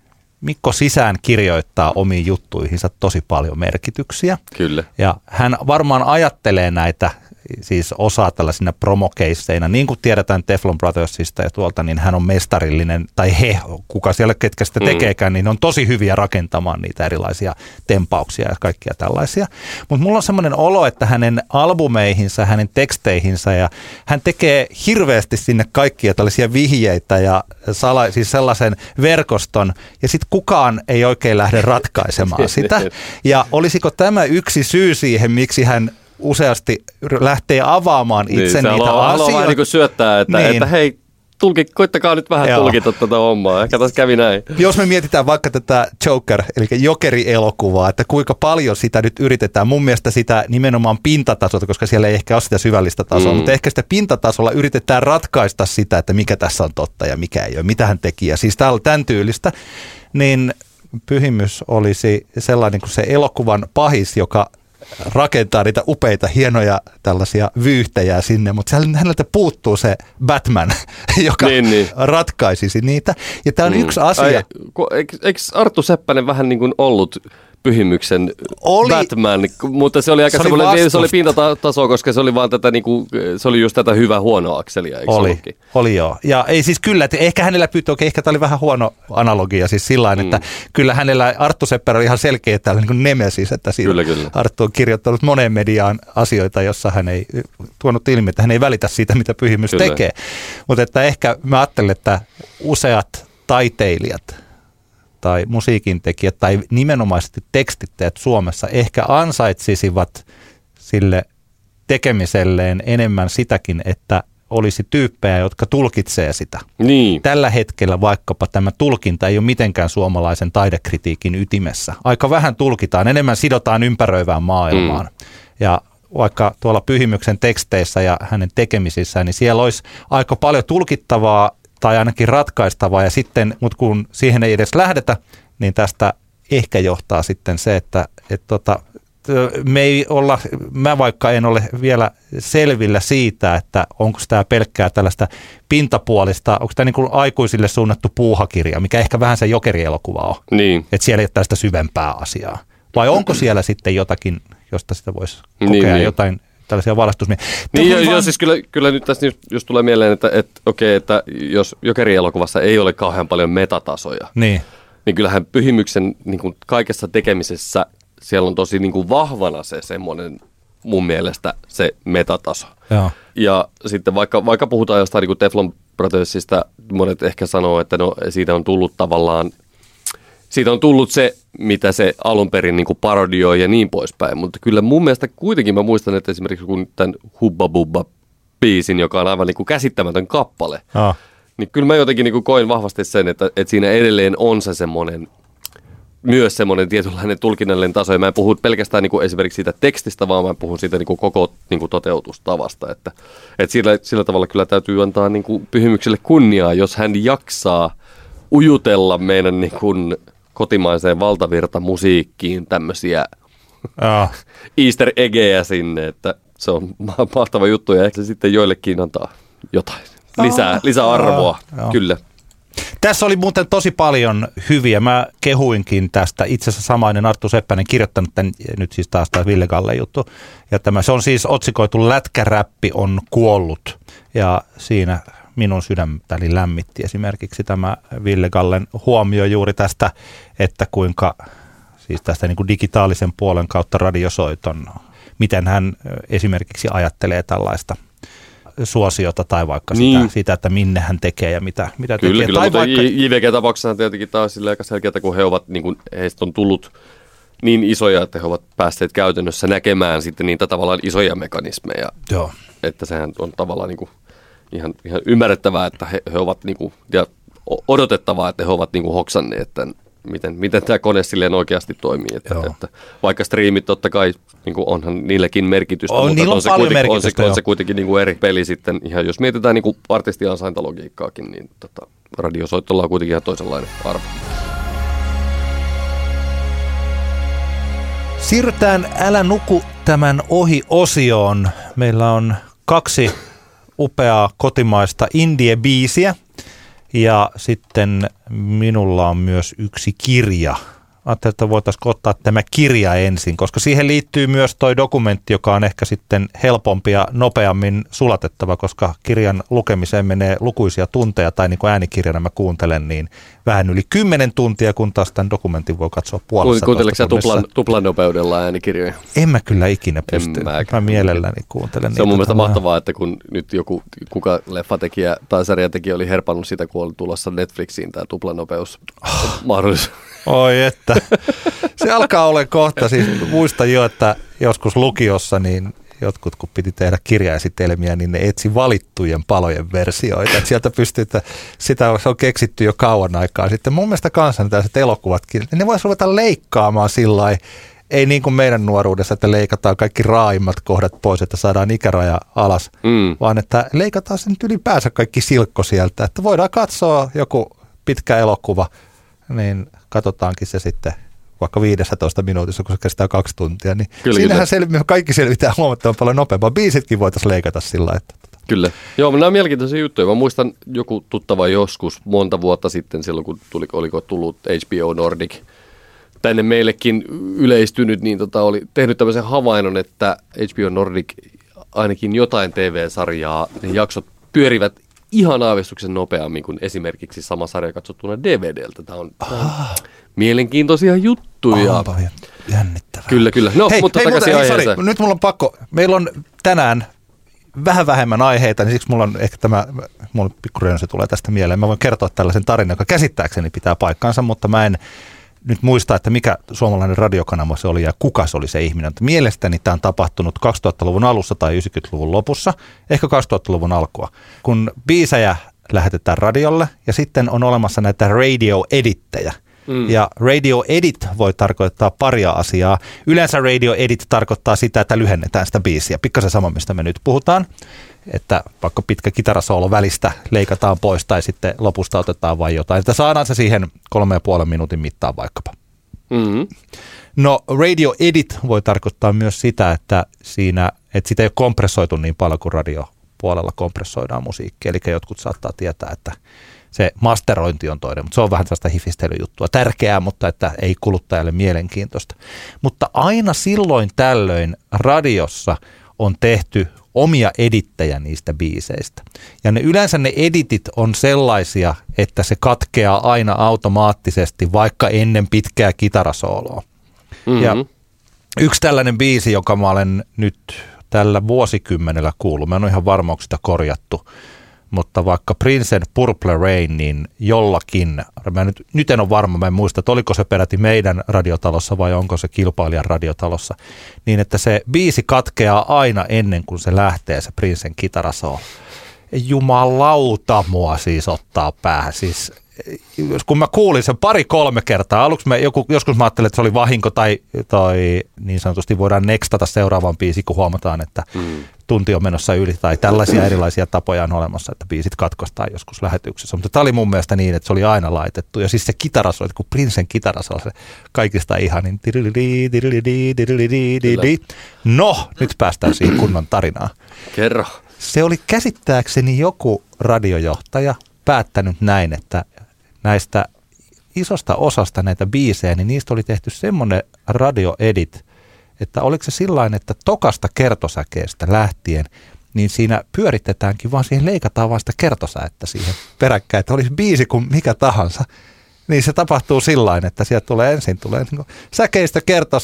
Mikko sisään kirjoittaa omiin juttuihinsa tosi paljon merkityksiä. Kyllä. Ja hän varmaan ajattelee näitä siis osaa tällaisina promokeisseina. Niin kuin tiedetään Teflon Brothersista ja tuolta, niin hän on mestarillinen, tai he, kuka siellä ketkä sitä tekeekään, niin on tosi hyviä rakentamaan niitä erilaisia tempauksia ja kaikkia tällaisia. Mutta mulla on semmoinen olo, että hänen albumeihinsa, hänen teksteihinsä, ja hän tekee hirveästi sinne kaikkia tällaisia vihjeitä ja siis sellaisen verkoston, ja sitten kukaan ei oikein lähde ratkaisemaan sitä. Ja olisiko tämä yksi syy siihen, miksi hän useasti lähtee avaamaan itse niitä asioita. Haluaa vähän niin kuin syöttää, että hei, koittakaa nyt vähän tulkita tätä hommaa. Ehkä tässä kävi näin. Jos me mietitään vaikka tätä Joker, eli Jokeri-elokuvaa, että kuinka paljon sitä nyt yritetään. Mun mielestä sitä nimenomaan pintatasolta, koska siellä ei ehkä ole sitä syvällistä tasoa, mutta ehkä sitä pintatasolla yritetään ratkaista sitä, että mikä tässä on totta ja mikä ei ole, mitä hän teki. Ja siis tämän tyylistä, niin Pyhimys olisi sellainen kuin se elokuvan pahis, joka rakentaa niitä upeita, hienoja tällaisia vyyhtejä sinne, mutta häneltä puuttuu se Batman, joka ratkaisisi niitä. Ja tämä on yksi asia. Eikö Arttu Seppänen vähän niin kuin ollut Pyhimyksen Batman, mutta se oli aika semmoinen, se oli pintataso, koska se oli vaan tätä niinku, se oli just tätä hyvä huono akselia, eikö oli joo. Ja ei siis kyllä, että ehkä hänellä ehkä tämä oli vähän huono analogia siis sillain, että kyllä hänellä Arttu Seppälä oli ihan selkeä tällainen niin kuin nemesis, että siinä kyllä. Arttu on kirjoittanut moneen mediaan asioita, jossa hän ei tuonut ilmi, että hän ei välitä siitä, mitä Pyhimys tekee. Mutta että ehkä mä ajattelen, että useat taiteilijat tai musiikintekijät tai nimenomaisesti tekstittäjät Suomessa ehkä ansaitsisivat sille tekemiselleen enemmän sitäkin, että olisi tyyppejä, jotka tulkitsee sitä. Niin. Tällä hetkellä vaikkapa tämä tulkinta ei ole mitenkään suomalaisen taidekritiikin ytimessä. Aika vähän tulkitaan, enemmän sidotaan ympäröivään maailmaan. Ja vaikka tuolla Pyhimyksen teksteissä ja hänen tekemisissään, niin siellä olisi aika paljon tulkittavaa tai ainakin ratkaistavaa, ja sitten, mutta kun siihen ei edes lähdetä, niin tästä ehkä johtaa sitten se, että me ei olla, mä vaikka en ole vielä selvillä siitä, että onko tämä pelkkää tällaista pintapuolista, onko tämä niin kuin aikuisille suunnattu puuhakirja, mikä ehkä vähän se Jokeri-elokuva on, että siellä ei ole tästä syvempää asiaa. Vai onko siellä sitten jotakin, josta sitä voisi kokea jotain tällaisia valaistusmia. Niin, siis kyllä nyt tässä just tulee mieleen, että jos Jokeri-elokuvassa ei ole kauhean paljon metatasoja, niin kyllähän Pyhimyksen niin kuin kaikessa tekemisessä siellä on tosi niin kuin vahvana se semmoinen mun mielestä se metataso. Joo. Ja sitten vaikka puhutaan jostain niin kuin Teflon Brothersista, monet ehkä sanoo, että no siitä on tullut tavallaan, siitä on tullut se, mitä se alun perin niin kuin parodioi ja niin poispäin. Mutta kyllä mun mielestä kuitenkin mä muistan, että esimerkiksi kun tämän Hubba Bubba biisin, joka on aivan niin kuin käsittämätön kappale, niin kyllä mä jotenkin niin kuin koin vahvasti sen, että siinä edelleen on se semmoinen, myös semmoinen tietynlainen tulkinnallinen taso. Ja mä en puhu pelkästään niin kuin esimerkiksi siitä tekstistä, vaan mä puhun siitä niin kuin koko niin kuin toteutustavasta. Että sillä tavalla kyllä täytyy antaa niin kuin Pyhimykselle kunniaa, jos hän jaksaa ujutella meidän niin kuin kotimaiseen valtavirtamusiikkiin tämmöisiä easter eggejä sinne, että se on mahtava juttu ja ehkä se sitten joillekin antaa jotain lisää arvoa, kyllä. Tässä oli muuten tosi paljon hyviä. Mä kehuinkin tästä. Itse asiassa samainen Arttu Seppänen kirjoittanut tämän, nyt siis taas tämä Ville Gallen juttu. Ja se on siis otsikoitu Lätkäräppi on kuollut. Ja siinä minun sydäntäni lämmitti esimerkiksi tämä Ville Gallen huomio juuri tästä, että kuinka siis tästä niin kuin digitaalisen puolen kautta radiosoiton, miten hän esimerkiksi ajattelee tällaista suosiota tai vaikka sitä, että minne hän tekee ja mitä tekee. Kyllä, tai mutta vaikka JVG-tapauksessa tietenkin taas sillä aika selkeää, kun he ovat, niin kuin, heistä on tullut niin isoja, että he ovat päässeet käytännössä näkemään sitten niitä tavallaan isoja mekanismeja. Joo. Että sehän on tavallaan niin kuin ihan ymmärrettävää, että he ovat niin kuin, ja odotettavaa, että he ovat niin kuin hoksanneet tämän, miten tämä kone silleen oikeasti toimii. Että vaikka striimit totta kai, niin kuin onhan niilläkin merkitystä, mutta on se kuitenkin niin kuin eri peli sitten. Ihan jos mietitään niin kuin artistiansaintalogiikkaakin, niin radiosoittolla on kuitenkin ihan toisenlainen arvo. Siirrytään Älä nuku tämän ohi-osioon. Meillä on 2 upeaa kotimaista indie-biisiä. Ja sitten minulla on myös yksi kirja. Ajattelin, että voitaisiin ottaa tämä kirja ensin, koska siihen liittyy myös toi dokumentti, joka on ehkä sitten helpompi ja nopeammin sulatettava, koska kirjan lukemiseen menee lukuisia tunteja, tai niin kuin äänikirjana mä kuuntelen, niin vähän yli 10 tuntia, kun taas tämän dokumentin voi katsoa puolessa. Kuunteletko sä tuplan nopeudella äänikirjoja? En mä kyllä ikinä pysty. Mä mielelläni kuuntelen. Se on mun mielestä mahtavaa, että kun nyt kuka leffatekijä tai sarjatekijä oli herpannut sitä, kun oli tulossa Netflixiin tämä tuplanopeus mahdollisuus. Oi että. Se alkaa olla kohta. Siis muistan jo, että joskus lukiossa niin jotkut, kun piti tehdä kirjaesitelmiä, niin ne etsi valittujen palojen versioita. Että sieltä pystyy, että sitä on keksitty jo kauan aikaa. Sitten mun mielestä kanssa tällaiset elokuvatkin, ne voisi ruveta leikkaamaan sillä lailla. Ei niin kuin meidän nuoruudessa, että leikataan kaikki raaimmat kohdat pois, että saadaan ikäraja alas, vaan että leikataan sen ylipäänsä kaikki silkko sieltä. Että voidaan katsoa joku pitkä elokuva, niin katsotaankin se sitten vaikka 15 minuutissa, kun se kestää 2 tuntia. Niin siinähän kaikki selvitään huomattavan paljon nopeammin. Biisitkin voitaisiin leikata sillä että. Kyllä. Joo, nämä on mielenkiintoisia juttuja. Mä muistan joku tuttava joskus monta vuotta sitten, silloin kun oliko tullut HBO Nordic tänne meillekin yleistynyt, niin oli tehnyt tämmöisen havainnon, että HBO Nordic ainakin jotain TV-sarjaa, ne jaksot pyörivät ihan aavistuksen nopeammin kuin esimerkiksi sama sarja katsottuna DVDltä. Tämä on mielenkiintoisia juttuja. Onpa jännittävää. Kyllä. No, mutta takaisin aiheeseen. Nyt mulla on pakko. Meillä on tänään vähän vähemmän aiheita, niin siksi mulla on ehkä mulla pikkureensa tulee tästä mieleen. Mä voin kertoa tällaisen tarinan, joka käsittääkseni pitää paikkansa, mutta mä en nyt muista, että mikä suomalainen radiokanava se oli ja kuka se oli se ihminen. Mielestäni tämä on tapahtunut 2000-luvun alussa tai 90-luvun lopussa, ehkä 2000-luvun alkua, kun biisejä lähetetään radiolle ja sitten on olemassa näitä radio-edittejä. Ja radio edit voi tarkoittaa paria asiaa. Yleensä radio edit tarkoittaa sitä, että lyhennetään sitä biisiä. Pikkasen sama, mistä me nyt puhutaan. Että vaikka pitkä kitarasoolo välistä leikataan pois tai sitten lopusta otetaan vain jotain. Että saadaan se siihen 3,5 minuutin mittaan vaikkapa. Mm-hmm. No radio edit voi tarkoittaa myös sitä, että sitä ei ole kompressoitu niin paljon kuin radiopuolella kompressoidaan musiikkia. Eli jotkut saattaa tietää, että se masterointi on toinen, mutta se on vähän sellaista hifistelyjuttua. Tärkeää, mutta että ei kuluttajalle mielenkiintoista. Mutta aina silloin tällöin radiossa on tehty omia edittejä niistä biiseistä. Ja yleensä ne editit on sellaisia, että se katkeaa aina automaattisesti, vaikka ennen pitkää kitarasooloa. Mm-hmm. Ja Yksi tällainen biisi, joka mä olen nyt tällä vuosikymmenellä kuullut, mä en ole ihan varma, onko sitä korjattu, mutta vaikka Princen Purple Rain, niin jollakin, mä nyt en ole varma, mä en muista, että oliko se peräti meidän radiotalossa vai onko se kilpailijan radiotalossa, niin että se biisi katkeaa aina ennen kuin se lähtee, se Princen kitarasolo. Jumalauta mua siis ottaa päähän, siis kun mä kuulin sen 2-3 kertaa, aluksi joskus mä ajattelin, että se oli vahinko tai niin sanotusti voidaan nextata seuraavan biisiin, kun huomataan, että tunti on menossa yli tai tällaisia erilaisia tapoja on olemassa, että biisit katkostaan joskus lähetyksessä. Mutta tämä oli mun mielestä niin, että se oli aina laitettu. Ja siis se kitarasolo, kun Princen kitarasolo on se kaikista ihanin. No, nyt päästään siihen kunnon tarinaan. Kerro. Se oli käsittääkseni joku radiojohtaja päättänyt näin, että näistä isosta osasta näitä biisejä, niin niistä oli tehty semmoinen radioedit, että oliko se sillain, että tokasta kertosäkeestä lähtien, niin siinä pyöritetäänkin, vaan siihen leikataan vaan sitä kertosäettä siihen peräkkäin, että olisi biisi kuin mikä tahansa. Niin se tapahtuu sillain, että sieltä tulee niin säkeistö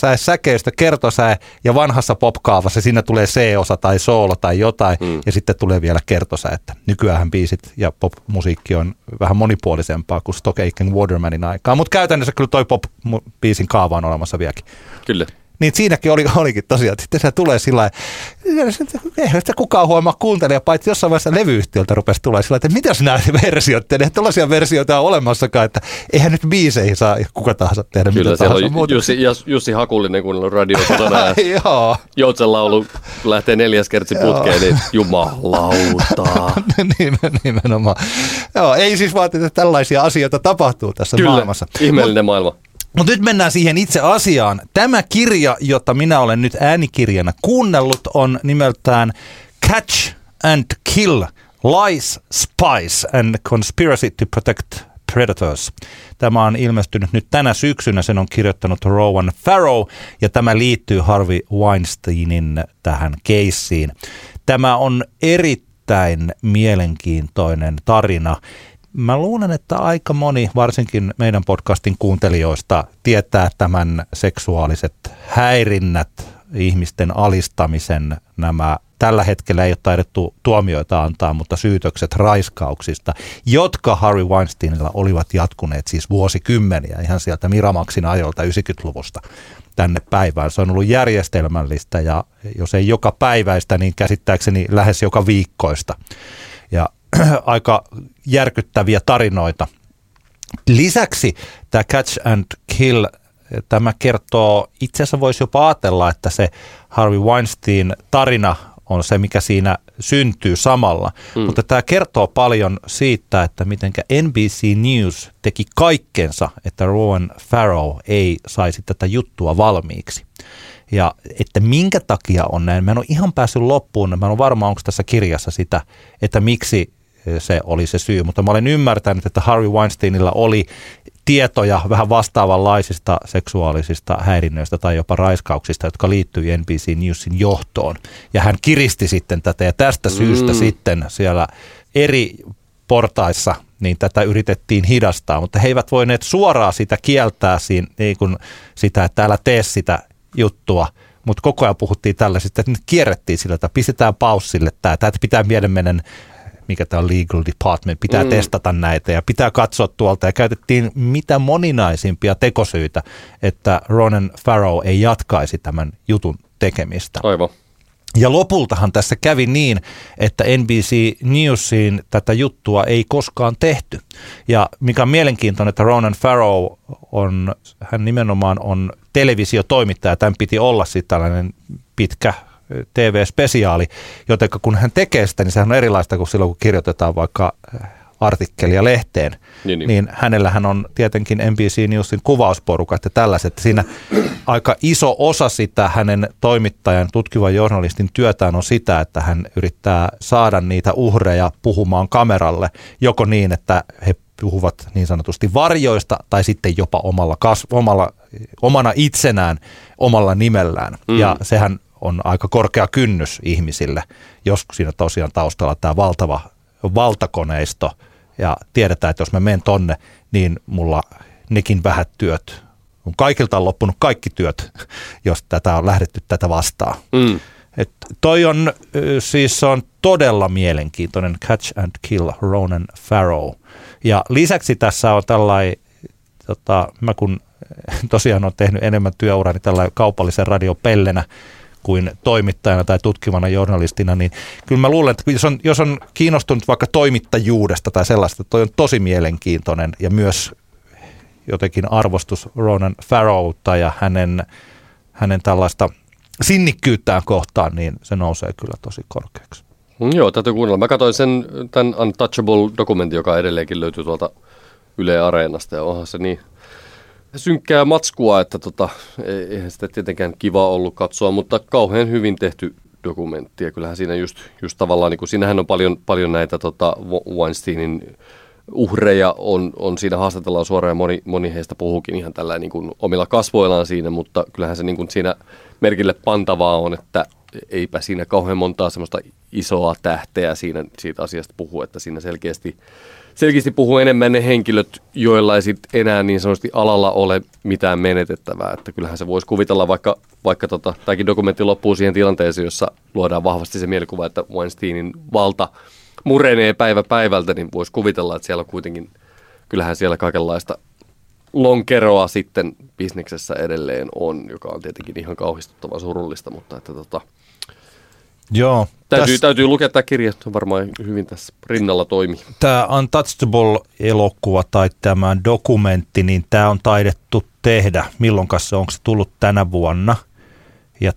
kertosäe ja vanhassa popkaavassa siinä tulee C-osa tai soolo tai jotain ja sitten tulee vielä kertosäettä. Nykyäänhän biisit ja popmusiikki on vähän monipuolisempaa kuin Stock Aitken Watermanin aikaa, mutta käytännössä kyllä toi pop-biisin kaava on olemassa vieläkin. Kyllä. Niin siinäkin olikin tosiaan, että sitten se tulee sillä lailla, eihän sitä kukaan huomaa kuuntelija, paitsi jossain vaiheessa levyyhtiöltä rupesi tulee sillä lailla, että mitäs nämä versiot tehdään, tällaisia versioita on olemassakaan, että eihän nyt biiseihin saa kuka tahansa tehdä kyllä, mitä tahansa. Kyllä siellä on Jussi Hakulinen, kun on radiotona ja Joutsen laulu lähtee 4 kertsi putkeen, niin jumalauta. Nimenomaan. Joo, ei siis vaan, että tällaisia asioita tapahtuu tässä maailmassa. Kyllä, ihmeellinen maailma. Mutta nyt mennään siihen itse asiaan. Tämä kirja, jota minä olen nyt äänikirjana kuunnellut, on nimeltään Catch and Kill, Lies, Spies and Conspiracy to Protect Predators. Tämä on ilmestynyt nyt tänä syksynä, sen on kirjoittanut Rowan Farrow ja tämä liittyy Harvey Weinsteinin tähän keissiin. Tämä on erittäin mielenkiintoinen tarina. Mä luulen, että aika moni, varsinkin meidän podcastin kuuntelijoista, tietää tämän seksuaaliset häirinnät, ihmisten alistamisen, nämä tällä hetkellä ei ole taidettu tuomioita antaa, mutta syytökset raiskauksista, jotka Harvey Weinsteinilla olivat jatkuneet siis vuosikymmeniä, ihan sieltä Miramaxin ajoilta 90-luvusta tänne päivään. Se on ollut järjestelmällistä ja jos ei joka päiväistä, niin käsittääkseni lähes joka viikkoista. Ja aika järkyttäviä tarinoita. Lisäksi tämä Catch and Kill, tämä kertoo, itse asiassa voisi jopa ajatella, että se Harvey Weinstein tarina on se, mikä siinä syntyy samalla. Mutta tämä kertoo paljon siitä, että mitenkä NBC News teki kaikkensa, että Rowan Farrow ei saisi tätä juttua valmiiksi. Ja että minkä takia on näin, mä en ole ihan päässyt loppuun, mä en ole varma, onko tässä kirjassa sitä, että miksi se oli se syy, mutta mä olen ymmärtänyt, että Harvey Weinsteinilla oli tietoja vähän vastaavanlaisista seksuaalisista häirinnöistä tai jopa raiskauksista, jotka liittyy NBC Newsin johtoon. Ja hän kiristi sitten tätä ja tästä syystä sitten siellä eri portaissa niin tätä yritettiin hidastaa, mutta he eivät voineet suoraan sitä kieltää siinä, niin kuin sitä, että älä tee sitä juttua, mutta koko ajan puhuttiin tällaisista, että nyt kierrettiin sillä, että pistetään paussille tämä, että pitää meidän mikä tämä on legal department, pitää testata näitä ja pitää katsoa tuolta ja käytettiin mitä moninaisimpia tekosyitä, että Ronan Farrow ei jatkaisi tämän jutun tekemistä. Aivan. Ja lopultahan tässä kävi niin, että NBC Newsiin tätä juttua ei koskaan tehty. Ja mikä on mielenkiintoinen, että Ronan Farrow hän nimenomaan on televisiotoimittaja, tämän piti olla sitten tällainen pitkä TV-spesiaali, joten kun hän tekee sitä, niin sehän on erilaista kuin silloin, kun kirjoitetaan vaikka artikkelia lehteen, niin hänellähän on tietenkin NBC Newsin kuvausporukat ja tällaiset. Siinä aika iso osa sitä hänen toimittajan, tutkivan journalistin työtään on sitä, että hän yrittää saada niitä uhreja puhumaan kameralle, joko niin, että he puhuvat niin sanotusti varjoista tai sitten jopa omana itsenään, omalla nimellään. Ja sehän on aika korkea kynnys ihmisille, jos siinä tosiaan taustalla tämä valtava valtakoneisto ja tiedetään, että jos mä menen tonne, niin mulla nekin vähät työt Kaikilta on loppunut kaikki työt, jos tätä on lähdetty tätä vastaan. Et toi on siis on todella mielenkiintoinen Catch and Kill Ronan Farrow. Ja lisäksi tässä on tällainen, mä kun tosiaan olen tehnyt enemmän työurani tällainen kaupallisen radiopellenä kuin toimittajana tai tutkivana journalistina, niin kyllä mä luulen, että jos on kiinnostunut vaikka toimittajuudesta tai sellaista, toi on tosi mielenkiintoinen ja myös jotenkin arvostus Ronan Farrowta ja hänen tällaista sinnikkyyttään kohtaan, niin se nousee kyllä tosi korkeaksi. Joo, täytyy kuunnella. Mä katsoin tämän Untouchable-dokumentin, joka edelleenkin löytyy tuolta Yle Areenasta, ja onhan se niin synkkää matskua, että eihän sitä tietenkään kiva ollut katsoa, mutta kauhean hyvin tehty dokumentti, ja kyllähän siinä just tavallaan, niin kuin siinähän on paljon näitä Weinsteinin uhreja on siinä, haastatellaan suoraan, ja moni heistä puhuukin ihan tällä niin kuin omilla kasvoillaan siinä, mutta kyllähän se niin kuin siinä merkille pantavaa on, että eipä siinä kauhean montaa semmoista isoa tähteä siitä asiasta puhu, että siinä selkeästi puhuu enemmän ne henkilöt, joilla ei sit enää niin sanotusti alalla ole mitään menetettävää, että kyllähän se voisi kuvitella, vaikka tämäkin dokumentti loppuu siihen tilanteeseen, jossa luodaan vahvasti se mielikuva, että Weinsteinin valta murenee päivä päivältä, niin voisi kuvitella, että siellä kuitenkin, kyllähän siellä kaikenlaista lonkeroa sitten bisneksessä edelleen on, joka on tietenkin ihan kauhistuttavan surullista, mutta että joo. Täytyy lukea tämä kirja, varmaan hyvin tässä rinnalla toimii. Tämä Untouchable-elokuva tai tämä dokumentti, niin tämä on taidettu tehdä. Milloinkas se, onko se tullut tänä vuonna? Ja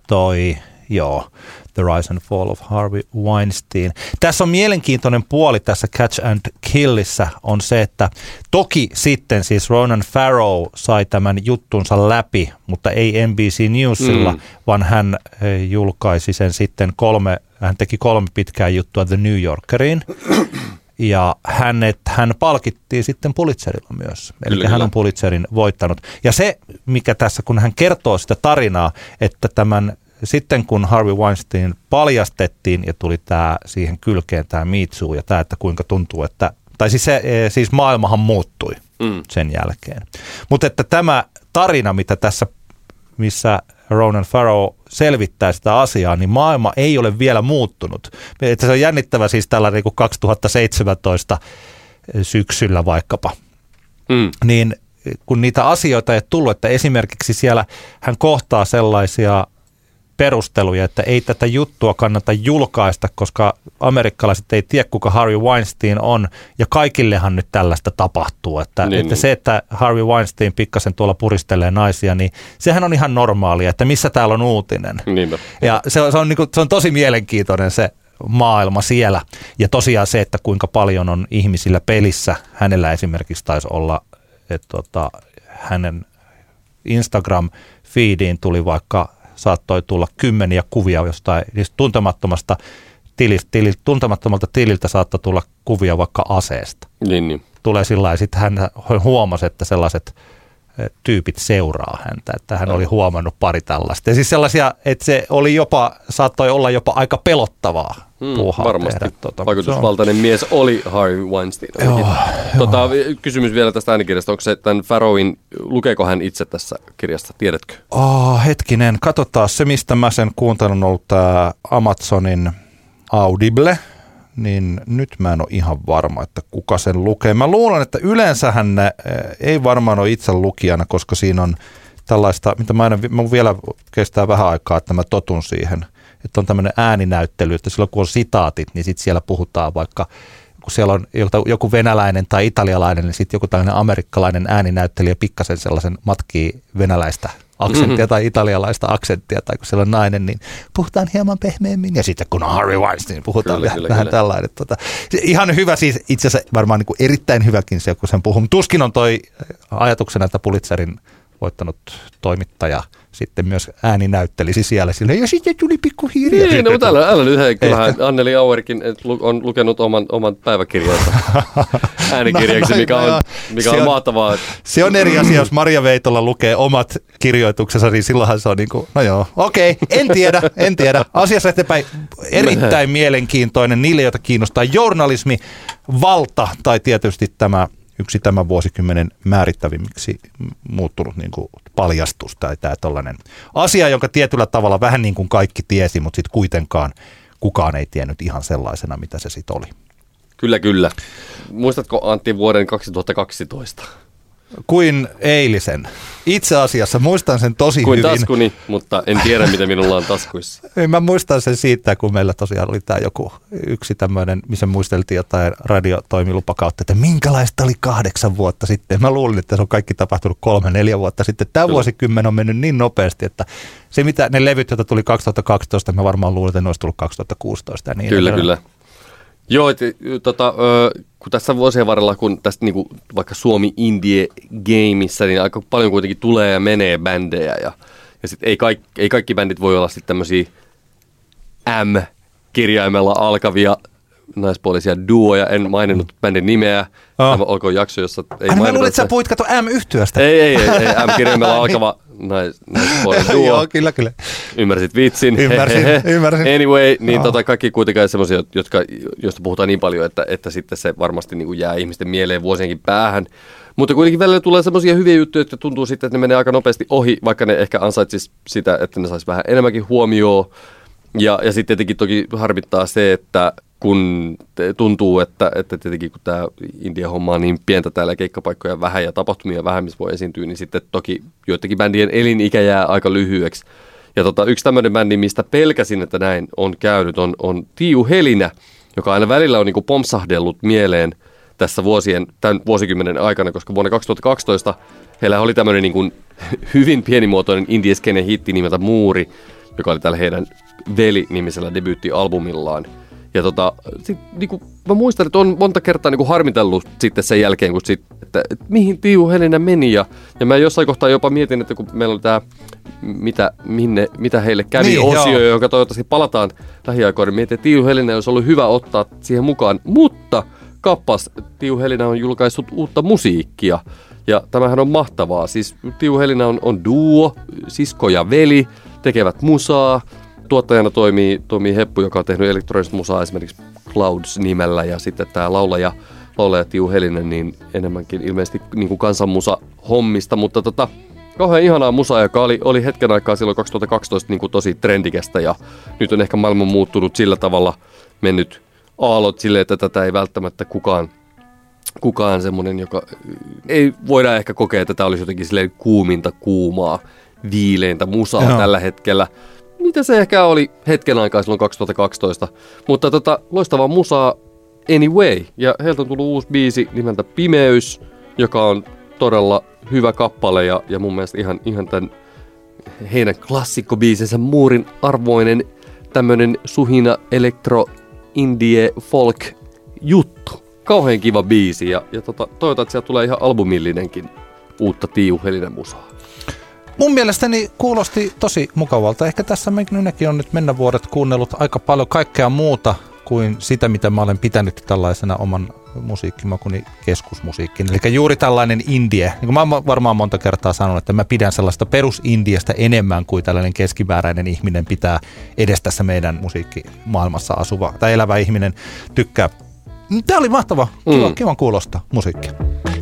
The Rise and Fall of Harvey Weinstein. Tässä on mielenkiintoinen puoli tässä Catch and Killissä on se, että toki sitten siis Ronan Farrow sai tämän juttunsa läpi, mutta ei NBC Newsilla, vaan hän julkaisi sen sitten hän teki 3 pitkää juttua The New Yorkeriin. Ja hän palkittiin sitten Pulitzerilla myös. Eli hän on Pulitzerin voittanut. Ja se, mikä tässä, kun hän kertoo sitä tarinaa, että sitten kun Harvey Weinstein paljastettiin ja tuli siihen kylkeen tämä Me Too ja tämä, että kuinka tuntuu, siis maailmahan muuttui sen jälkeen. Mutta että tämä tarina, missä Ronan Farrow selvittää sitä asiaa, niin maailma ei ole vielä muuttunut. Että se on jännittävä siis tällä niin kuin 2017 syksyllä vaikkapa. Niin kun niitä asioita ei tullut, että esimerkiksi siellä hän kohtaa sellaisia perusteluja, että ei tätä juttua kannata julkaista, koska amerikkalaiset ei tiedä, kuka Harvey Weinstein on, ja kaikillehan nyt tällaista tapahtuu. Että se, että Harvey Weinstein pikkasen tuolla puristelee naisia, niin sehän on ihan normaalia, että missä täällä on uutinen. Niinpä. Ja se on tosi mielenkiintoinen se maailma siellä. Ja tosiaan se, että kuinka paljon on ihmisillä pelissä. Hänellä esimerkiksi taisi olla, että hänen Instagram-feediin tuli saattoi tulla kymmeniä kuvia jostain tuntemattomalta tililtä saattoi tulla kuvia vaikka aseesta. Niin. Tulee sillä lailla, sitten hän huomasi, että sellaiset tyypit seuraa häntä, että hän oli huomannut pari tällaista. Ja siis sellaisia, että se oli saattoi olla jopa aika pelottavaa puuhaa. Varmasti. Vaikutusvaltainen mies oli Harvey Weinstein. Kysymys vielä tästä äänikirjasta. Onko se tämän Farrowin, lukeeko hän itse tässä kirjasta, tiedätkö? Hetkinen, katsotaan se, mistä mä sen kuuntelun on ollut tämä Amazonin Audible. Niin nyt mä en ole ihan varma, että kuka sen lukee. Mä luulen, että yleensähän ne ei varmaan ole itse lukijana, koska siinä on tällaista, mitä mä vielä kestää vähän aikaa, että mä totun siihen, että on tämmöinen ääninäyttely, että silloin kun on sitaatit, niin sitten siellä puhutaan vaikka, kun siellä on joku venäläinen tai italialainen, niin sitten joku tällainen amerikkalainen ääninäyttelijä pikkasen sellaisen matkii venäläistä aksenttia tai italialaista aksenttia, tai kun siellä on nainen, niin puhutaan hieman pehmeämmin. Ja sitten kun on Harvey Weinstein, puhutaan vähän tällainen. Ihan hyvä, siis itse asiassa varmaan niin kuin erittäin hyväkin se, kun sen puhuu. Tuskin on toi ajatuksena, että Pulitzerin voittanut toimittaja sitten myös ääninäyttelisi siellä silleen, ja sitten tuli pikkuhiiriä. Niin, mutta älä nyt, kyllähän Anneli Auerkin on lukenut oman päiväkirjansa äänikirjaksi, mikä on mahtavaa. Se on eri asia, jos Maria Veitola lukee omat kirjoituksensa, niin silloinhan se on niin kuin, no joo, okei, en tiedä. Asiassa eteenpäin erittäin mielenkiintoinen niille, joita kiinnostaa journalismi, valta tai tietysti tämä yksi tämän vuosikymmenen määrittävimmiksi muuttunut niin kuin paljastus tai tämä tollainen asia, jonka tietyllä tavalla vähän niin kuin kaikki tiesi, mutta sitten kuitenkaan kukaan ei tiennyt ihan sellaisena, mitä se sitten oli. Kyllä, kyllä. Muistatko Antti vuoden 2012? Kuin eilisen. Itse asiassa muistan sen tosi kuin hyvin. Kuin taskuni, mutta en tiedä, mitä minulla on taskuissa. Mä muistan sen siitä, kun meillä tosiaan oli tämä joku yksi tämmöinen, missä muisteltiin jotain radiotoimilupakautta, että minkälaista oli 8 vuotta sitten. Mä luulin, että se on kaikki tapahtunut 3-4 vuotta sitten. Tämä vuosikymmen on mennyt niin nopeasti, että se mitä ne levyt, joita tuli 2012, mä varmaan luulin, että ne olisi tullut 2016. Ja niin kyllä, kyllä. Joo, kun tässä vuosien varrella, kun tästä niinku, vaikka Suomi Indie Gameissa, niin aika paljon kuitenkin tulee ja menee bändejä. Ja sitten ei kaikki bändit voi olla sitten tämmöisiä M-kirjaimella alkavia naispuolisia duoja. En maininnut bändin nimeä. Tämä olkoon jakso, jossa ei mainita. Mä luulen, että sä puhuit kato M-yhtiöstä. Ei M-kirjaimella alkava naispuolinen duo. Joo, kyllä. Ymmärsit vitsin. Ymmärsin. Anyway, niin kaikki kuitenkaan semmoisia, joista puhutaan niin paljon, että sitten se varmasti niin kuin jää ihmisten mieleen vuosienkin päähän. Mutta kuitenkin välillä tulee semmoisia hyviä juttuja, jotka tuntuu sitten, että ne menee aika nopeasti ohi, vaikka ne ehkä ansaitsisi sitä, että ne saisi vähän enemmänkin huomioon. Ja sitten tietenkin toki harmittaa se, että kun tuntuu, että tietenkin kun tämä India-homma on niin pientä täällä, keikkapaikkoja vähän ja tapahtumia vähän, missä voi esiintyä, niin sitten toki joidenkin bändien elinikä jää aika lyhyeksi. Ja yksi tämmöinen bändi, mistä pelkäsin, että näin on käynyt, on Tiiu Helinä, joka aina välillä on niin kuin pompsahdellut mieleen tässä tämän vuosikymmenen aikana, koska vuonna 2012 heillä oli tämmöinen niin kuin hyvin pienimuotoinen indie-skenen hitti nimeltä Muuri, joka oli tällä heidän Veli-nimisellä debyyttialbumillaan. Ja niin kuin mä muistan, että on monta kertaa niin kuin harmitellut sitten sen jälkeen, kun että mihin Tiiu Helinä meni. Ja mä jossain kohtaa jopa mietin, että kun meillä oli tämä mitä heille kävi niin, osio, jonka toivottavasti palataan lähiaikoina. Mietin, että Tiiu Helinä olisi ollut hyvä ottaa siihen mukaan. Mutta kappas, Tiiu Helinä on julkaissut uutta musiikkia. Ja tämähän on mahtavaa. Siis Tiiu Helinä on duo, sisko ja veli, tekevät musaa. Tuottajana toimii Heppu, joka on tehnyt elektronista musaa esimerkiksi Clouds-nimellä, ja sitten tämä laulaja Tiiu Helinen, niin enemmänkin ilmeisesti niin kuin kansanmusa hommista, mutta kauhean ihanaa musaa, joka oli hetken aikaa silloin 2012 niin kuin tosi trendikästä, ja nyt on ehkä maailma muuttunut sillä tavalla, mennyt aallot silleen, että tätä ei välttämättä kukaan semmoinen, joka ei voida ehkä kokea, että tämä olisi jotenkin silleen kuumaa, viileintä musaa tällä hetkellä. Mitä se ehkä oli hetken aikaa silloin 2012, mutta loistavaa musaa anyway. Ja heiltä on tullut uusi biisi nimeltä Pimeys, joka on todella hyvä kappale ja mun mielestä ihan tämän heidän klassikkobiisensä Muurin arvoinen tämmönen suhina elektro indie folk juttu. Kauhean kiva biisi ja toivotaan, että sieltä tulee ihan albumillinenkin uutta Tiiu Helinän musaa. Mun mielestäni kuulosti tosi mukavalta. Ehkä tässä minäkin on nyt mennä vuodet kuunnellut aika paljon kaikkea muuta kuin sitä, mitä mä olen pitänyt tällaisena oman musiikkimakuni keskusmusiikkin. Eli juuri tällainen indie. Niin kuin mä oon varmaan monta kertaa sanonut, että mä pidän sellaista perusindiasta enemmän kuin tällainen keskimääräinen ihminen pitää edes tässä meidän musiikkimaailmassa asuva tai elävä ihminen tykkää. Tää oli mahtava, kivan kuulosta musiikkia.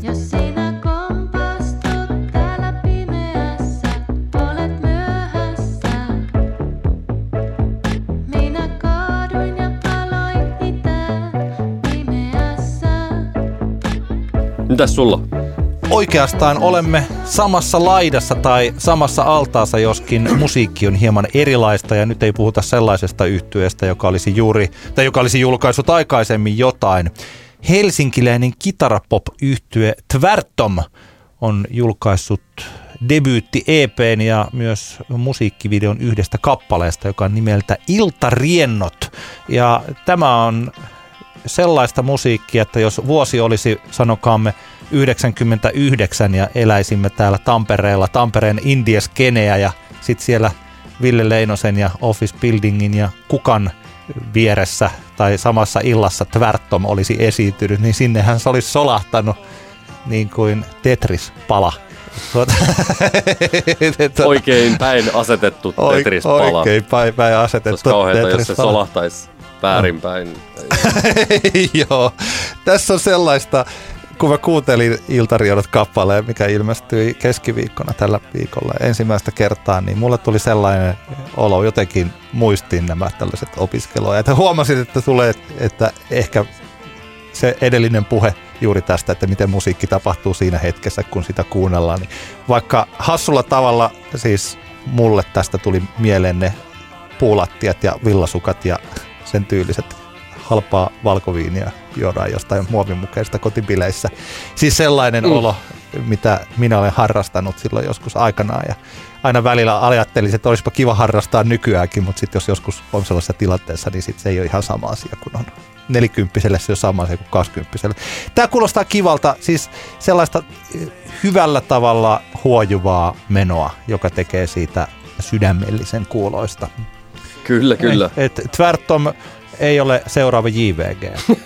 Mitäs sulla? Oikeastaan olemme samassa laidassa tai samassa altaassa, joskin musiikki on hieman erilaista ja nyt ei puhuta sellaisesta yhtyeestä, joka olisi julkaissut aikaisemmin jotain. Helsinkiläinen kitarapop-yhtye Tvärtom on julkaissut debyytti-EP:n ja myös musiikkivideon yhdestä kappaleesta, joka on nimeltä Iltariennot. Ja tämä on sellaista musiikkia, että jos vuosi olisi, sanokaamme, 99 ja eläisimme täällä Tampereella, Tampereen indieskeneä ja sitten siellä Ville Leinosen ja Office Buildingin ja Kukan vieressä tai samassa illassa Tvärtom olisi esiintynyt, niin sinnehän se olisi solahtanut niin kuin Tetris-pala. Oikein päin asetettu Tetris-pala. Oikein päin asetettu Tetris-pala. Jos se solahtaisi väärinpäin. Joo, tässä on sellaista kun mä kuuntelin Iltariodot kappaleen, mikä ilmestyi keskiviikkona tällä viikolla ensimmäistä kertaa, niin mulle tuli sellainen olo, jotenkin muistin nämä tällaiset opiskeluajat. Ja huomasin, että tulee, että ehkä se edellinen puhe juuri tästä, että miten musiikki tapahtuu siinä hetkessä, kun sitä kuunnellaan. Niin vaikka hassulla tavalla siis mulle tästä tuli mieleen ne puulattiat ja villasukat ja sen tyyliset halpaa valkoviiniä juodaan jostain muovimukeista kotibileissä. Siis sellainen olo, mitä minä olen harrastanut silloin joskus aikanaan. Ja aina välillä ajattelin, että olisipa kiva harrastaa nykyäänkin, mutta sitten jos joskus on sellaisessa tilanteessa, niin sit se ei ole ihan sama asia kuin on 40-vuotiaille, se on sama asia kuin 20-vuotiaille. Tämä kuulostaa kivalta, siis sellaista hyvällä tavalla huojuvaa menoa, joka tekee siitä sydämellisen kuuloista. Kyllä. Tvärtom ei ole seuraava JVG.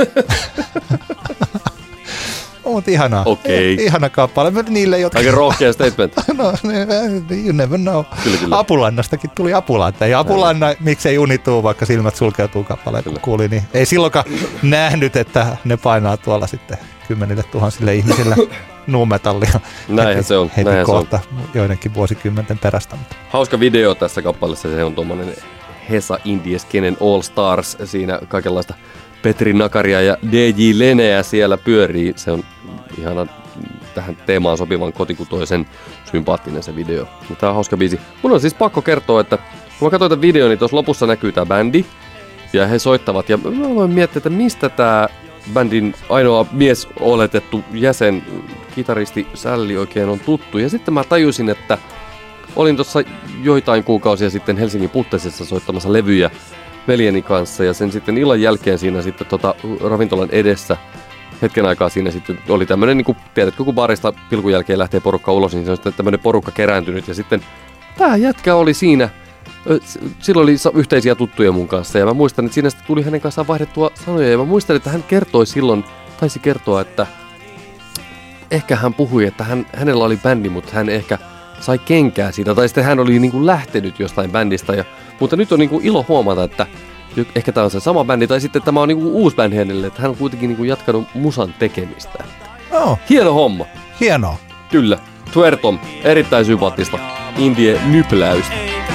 Mutta ihanaa. Okei. Ihana kappale. Niille, jotka... Aika rohkea statement. No, you never know. Kyllä. Apulannastakin tuli Apulanna. Ja Apulanna, miksei unituu, vaikka silmät sulkeutuu kappaleen, kun kuuli, niin ei silloinkaan nähnyt, että ne painaa tuolla sitten 10,000 ihmisille nuumetallia. Näinhän se on. Heti kohta joidenkin vuosikymmenten perästä. Hauska video tässä kappaleessa, se on tuommoinen Hesa Indieskenen All Stars, siinä kaikenlaista Petri Nakaria ja DJ Leneä siellä pyörii. Se on ihana tähän teemaan sopivan kotikutoisen sympaattinen se video. Tämä on hauska biisi. Mun on siis pakko kertoa, että kun mä katsoin tämän videon, niin tuossa lopussa näkyy tämä bändi. Ja he soittavat. Ja mä voin miettiä, että mistä tämä bändin ainoa mies oletettu jäsen, kitaristi Sälli oikein on tuttu. Ja sitten mä tajusin, että olin tuossa joitain kuukausia sitten Helsingin Puttesessa soittamassa levyjä veljeni kanssa, ja sen sitten illan jälkeen siinä sitten ravintolan edessä hetken aikaa siinä sitten oli tämmöinen, niin kuin tiedätkö, kun barista pilkun jälkeen lähtee porukka ulos, niin se on sitten tämmöinen porukka kerääntynyt, ja sitten tämä jätkä oli siinä, silloin oli yhteisiä tuttuja mun kanssa, ja mä muistan, että siinä sitten tuli hänen kanssaan vaihdettua sanoja, ja mä muistan, että hän kertoi silloin, taisi kertoa, että ehkä hän puhui, että hänellä oli bändi, mutta hän ehkä sai kenkää siitä, tai sitten hän oli niin kuin lähtenyt jostain bändistä, mutta nyt on niin kuin ilo huomata, että ehkä tämä on se sama bändi, tai sitten tämä on niin kuin uusi bändi hänelle, että hän on kuitenkin niin kuin jatkanut musan tekemistä. Oh. Hieno homma. Hienoa. Kyllä. Tvärtom, erittäin sympaattista indie nypläystä.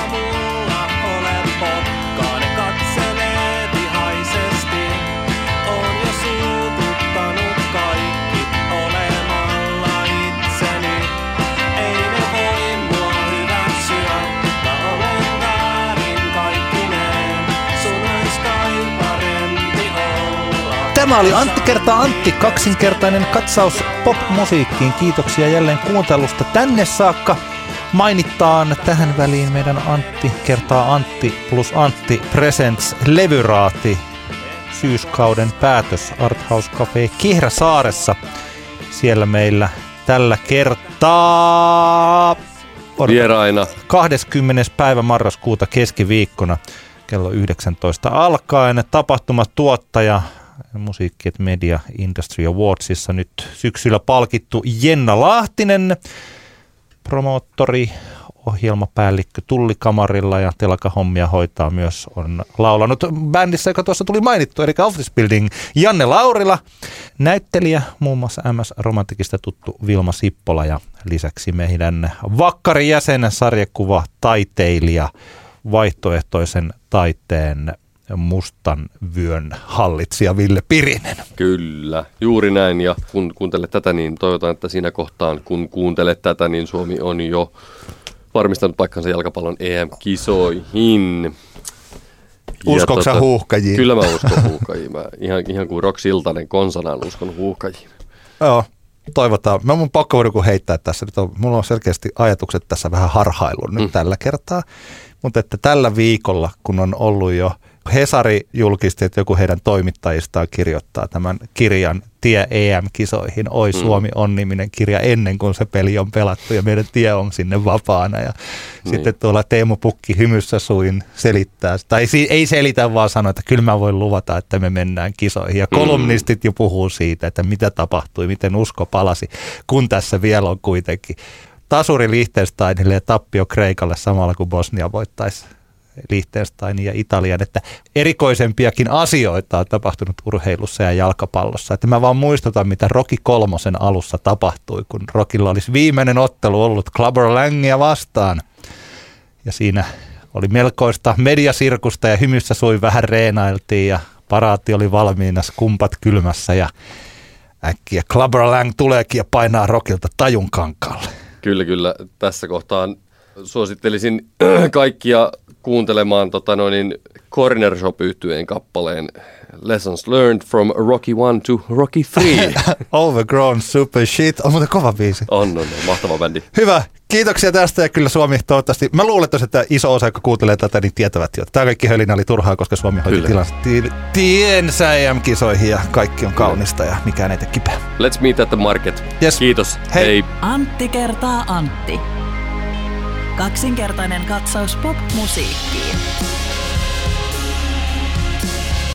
Tämä oli Antti kertaa Antti, kaksinkertainen katsaus pop-musiikkiin. Kiitoksia jälleen kuuntelusta tänne saakka. Mainitaan tähän väliin meidän Antti kertaa Antti plus Antti Presents levyraati. Syyskauden päätös Arthouse Cafe Kihrasaaressa. Siellä meillä tällä kertaa vieraina 20. päivä marraskuuta keskiviikkona kello 19 alkaen. Tapahtumatuottaja Musiikki & Media Industry Awardsissa nyt syksyllä palkittu Jenna Lahtinen, promoottori, ohjelmapäällikkö Tullikamarilla ja telakahommia hoitaa myös, on laulanut bändissä, joka tuossa tuli mainittu, eli Office Building Janne Laurila, näyttelijä, muun muassa MS Romantikista tuttu Vilma Sippola ja lisäksi meidän vakkarijäsen, sarjakuva, taiteilija, vaihtoehtoisen taiteen mustan vyön hallitsija Ville Pirinen. Kyllä, juuri näin. Ja kun kuuntelet tätä, niin toivotaan, että siinä kohtaan, kun kuuntelet tätä, niin Suomi on jo varmistanut paikkansa jalkapallon EM-kisoihin. Uskotko sä huuhkajiin? Kyllä mä uskon huuhkajiin. Mä ihan kuin Rock Siltanen konsanaan uskon huuhkajiin. Joo, toivotaan. Mä mun pakko voida heittää tässä. Mulla on selkeästi ajatukset tässä vähän harhailun nyt tällä kertaa. Mutta että tällä viikolla, kun on ollut jo Hesari julkisti, että joku heidän toimittajistaan kirjoittaa tämän kirjan Tie EM-kisoihin. Oi Suomi on -niminen kirja ennen kuin se peli on pelattu ja meidän tie on sinne vapaana. Ja sitten tuolla Teemu Pukki hymyssä suin selittää, tai ei selitä vaan sanoa, että kyllä mä voin luvata, että me mennään kisoihin. Ja kolumnistit jo puhuu siitä, että mitä tapahtui, miten usko palasi, kun tässä vielä on kuitenkin tasuri Liechtensteinille ja tappio Kreikalle samalla kun Bosnia voittaisi Liechtensteinin ja Italian, että erikoisempiakin asioita on tapahtunut urheilussa ja jalkapallossa. Että mä vaan muistutan, mitä Rocky 3 alussa tapahtui, kun Rockilla olisi viimeinen ottelu ollut Clubber Langia vastaan. Ja siinä oli melkoista mediasirkusta ja hymyssä sui vähän reenailtiin ja paraatti oli valmiina, kumpat kylmässä ja äkkiä Clubber Lang tuleekin ja painaa Rockilta tajun kankaalle. Kyllä. Tässä kohtaan suosittelisin kaikkia kuuntelemaan Corner Shop-yhtyeen kappaleen Lessons Learned from Rocky 1 to Rocky 3. Overgrown super shit. On muuten kova biisi. On. Mahtava bändi. Hyvä. Kiitoksia tästä ja kyllä Suomi toivottavasti. Mä luulen, että iso osa, joka kuuntelee tätä, niin tietävät jo. Tämä kaikki hölinä oli turhaa, koska Suomi hoiti tilansa tiensä EM-kisoihin ja kaikki on kaunista ja mikään ei tee kipeä. Let's meet at the market. Yes. Kiitos. Hei. Antti kertaa Antti. Kaksinkertainen katsaus pop-musiikkiin.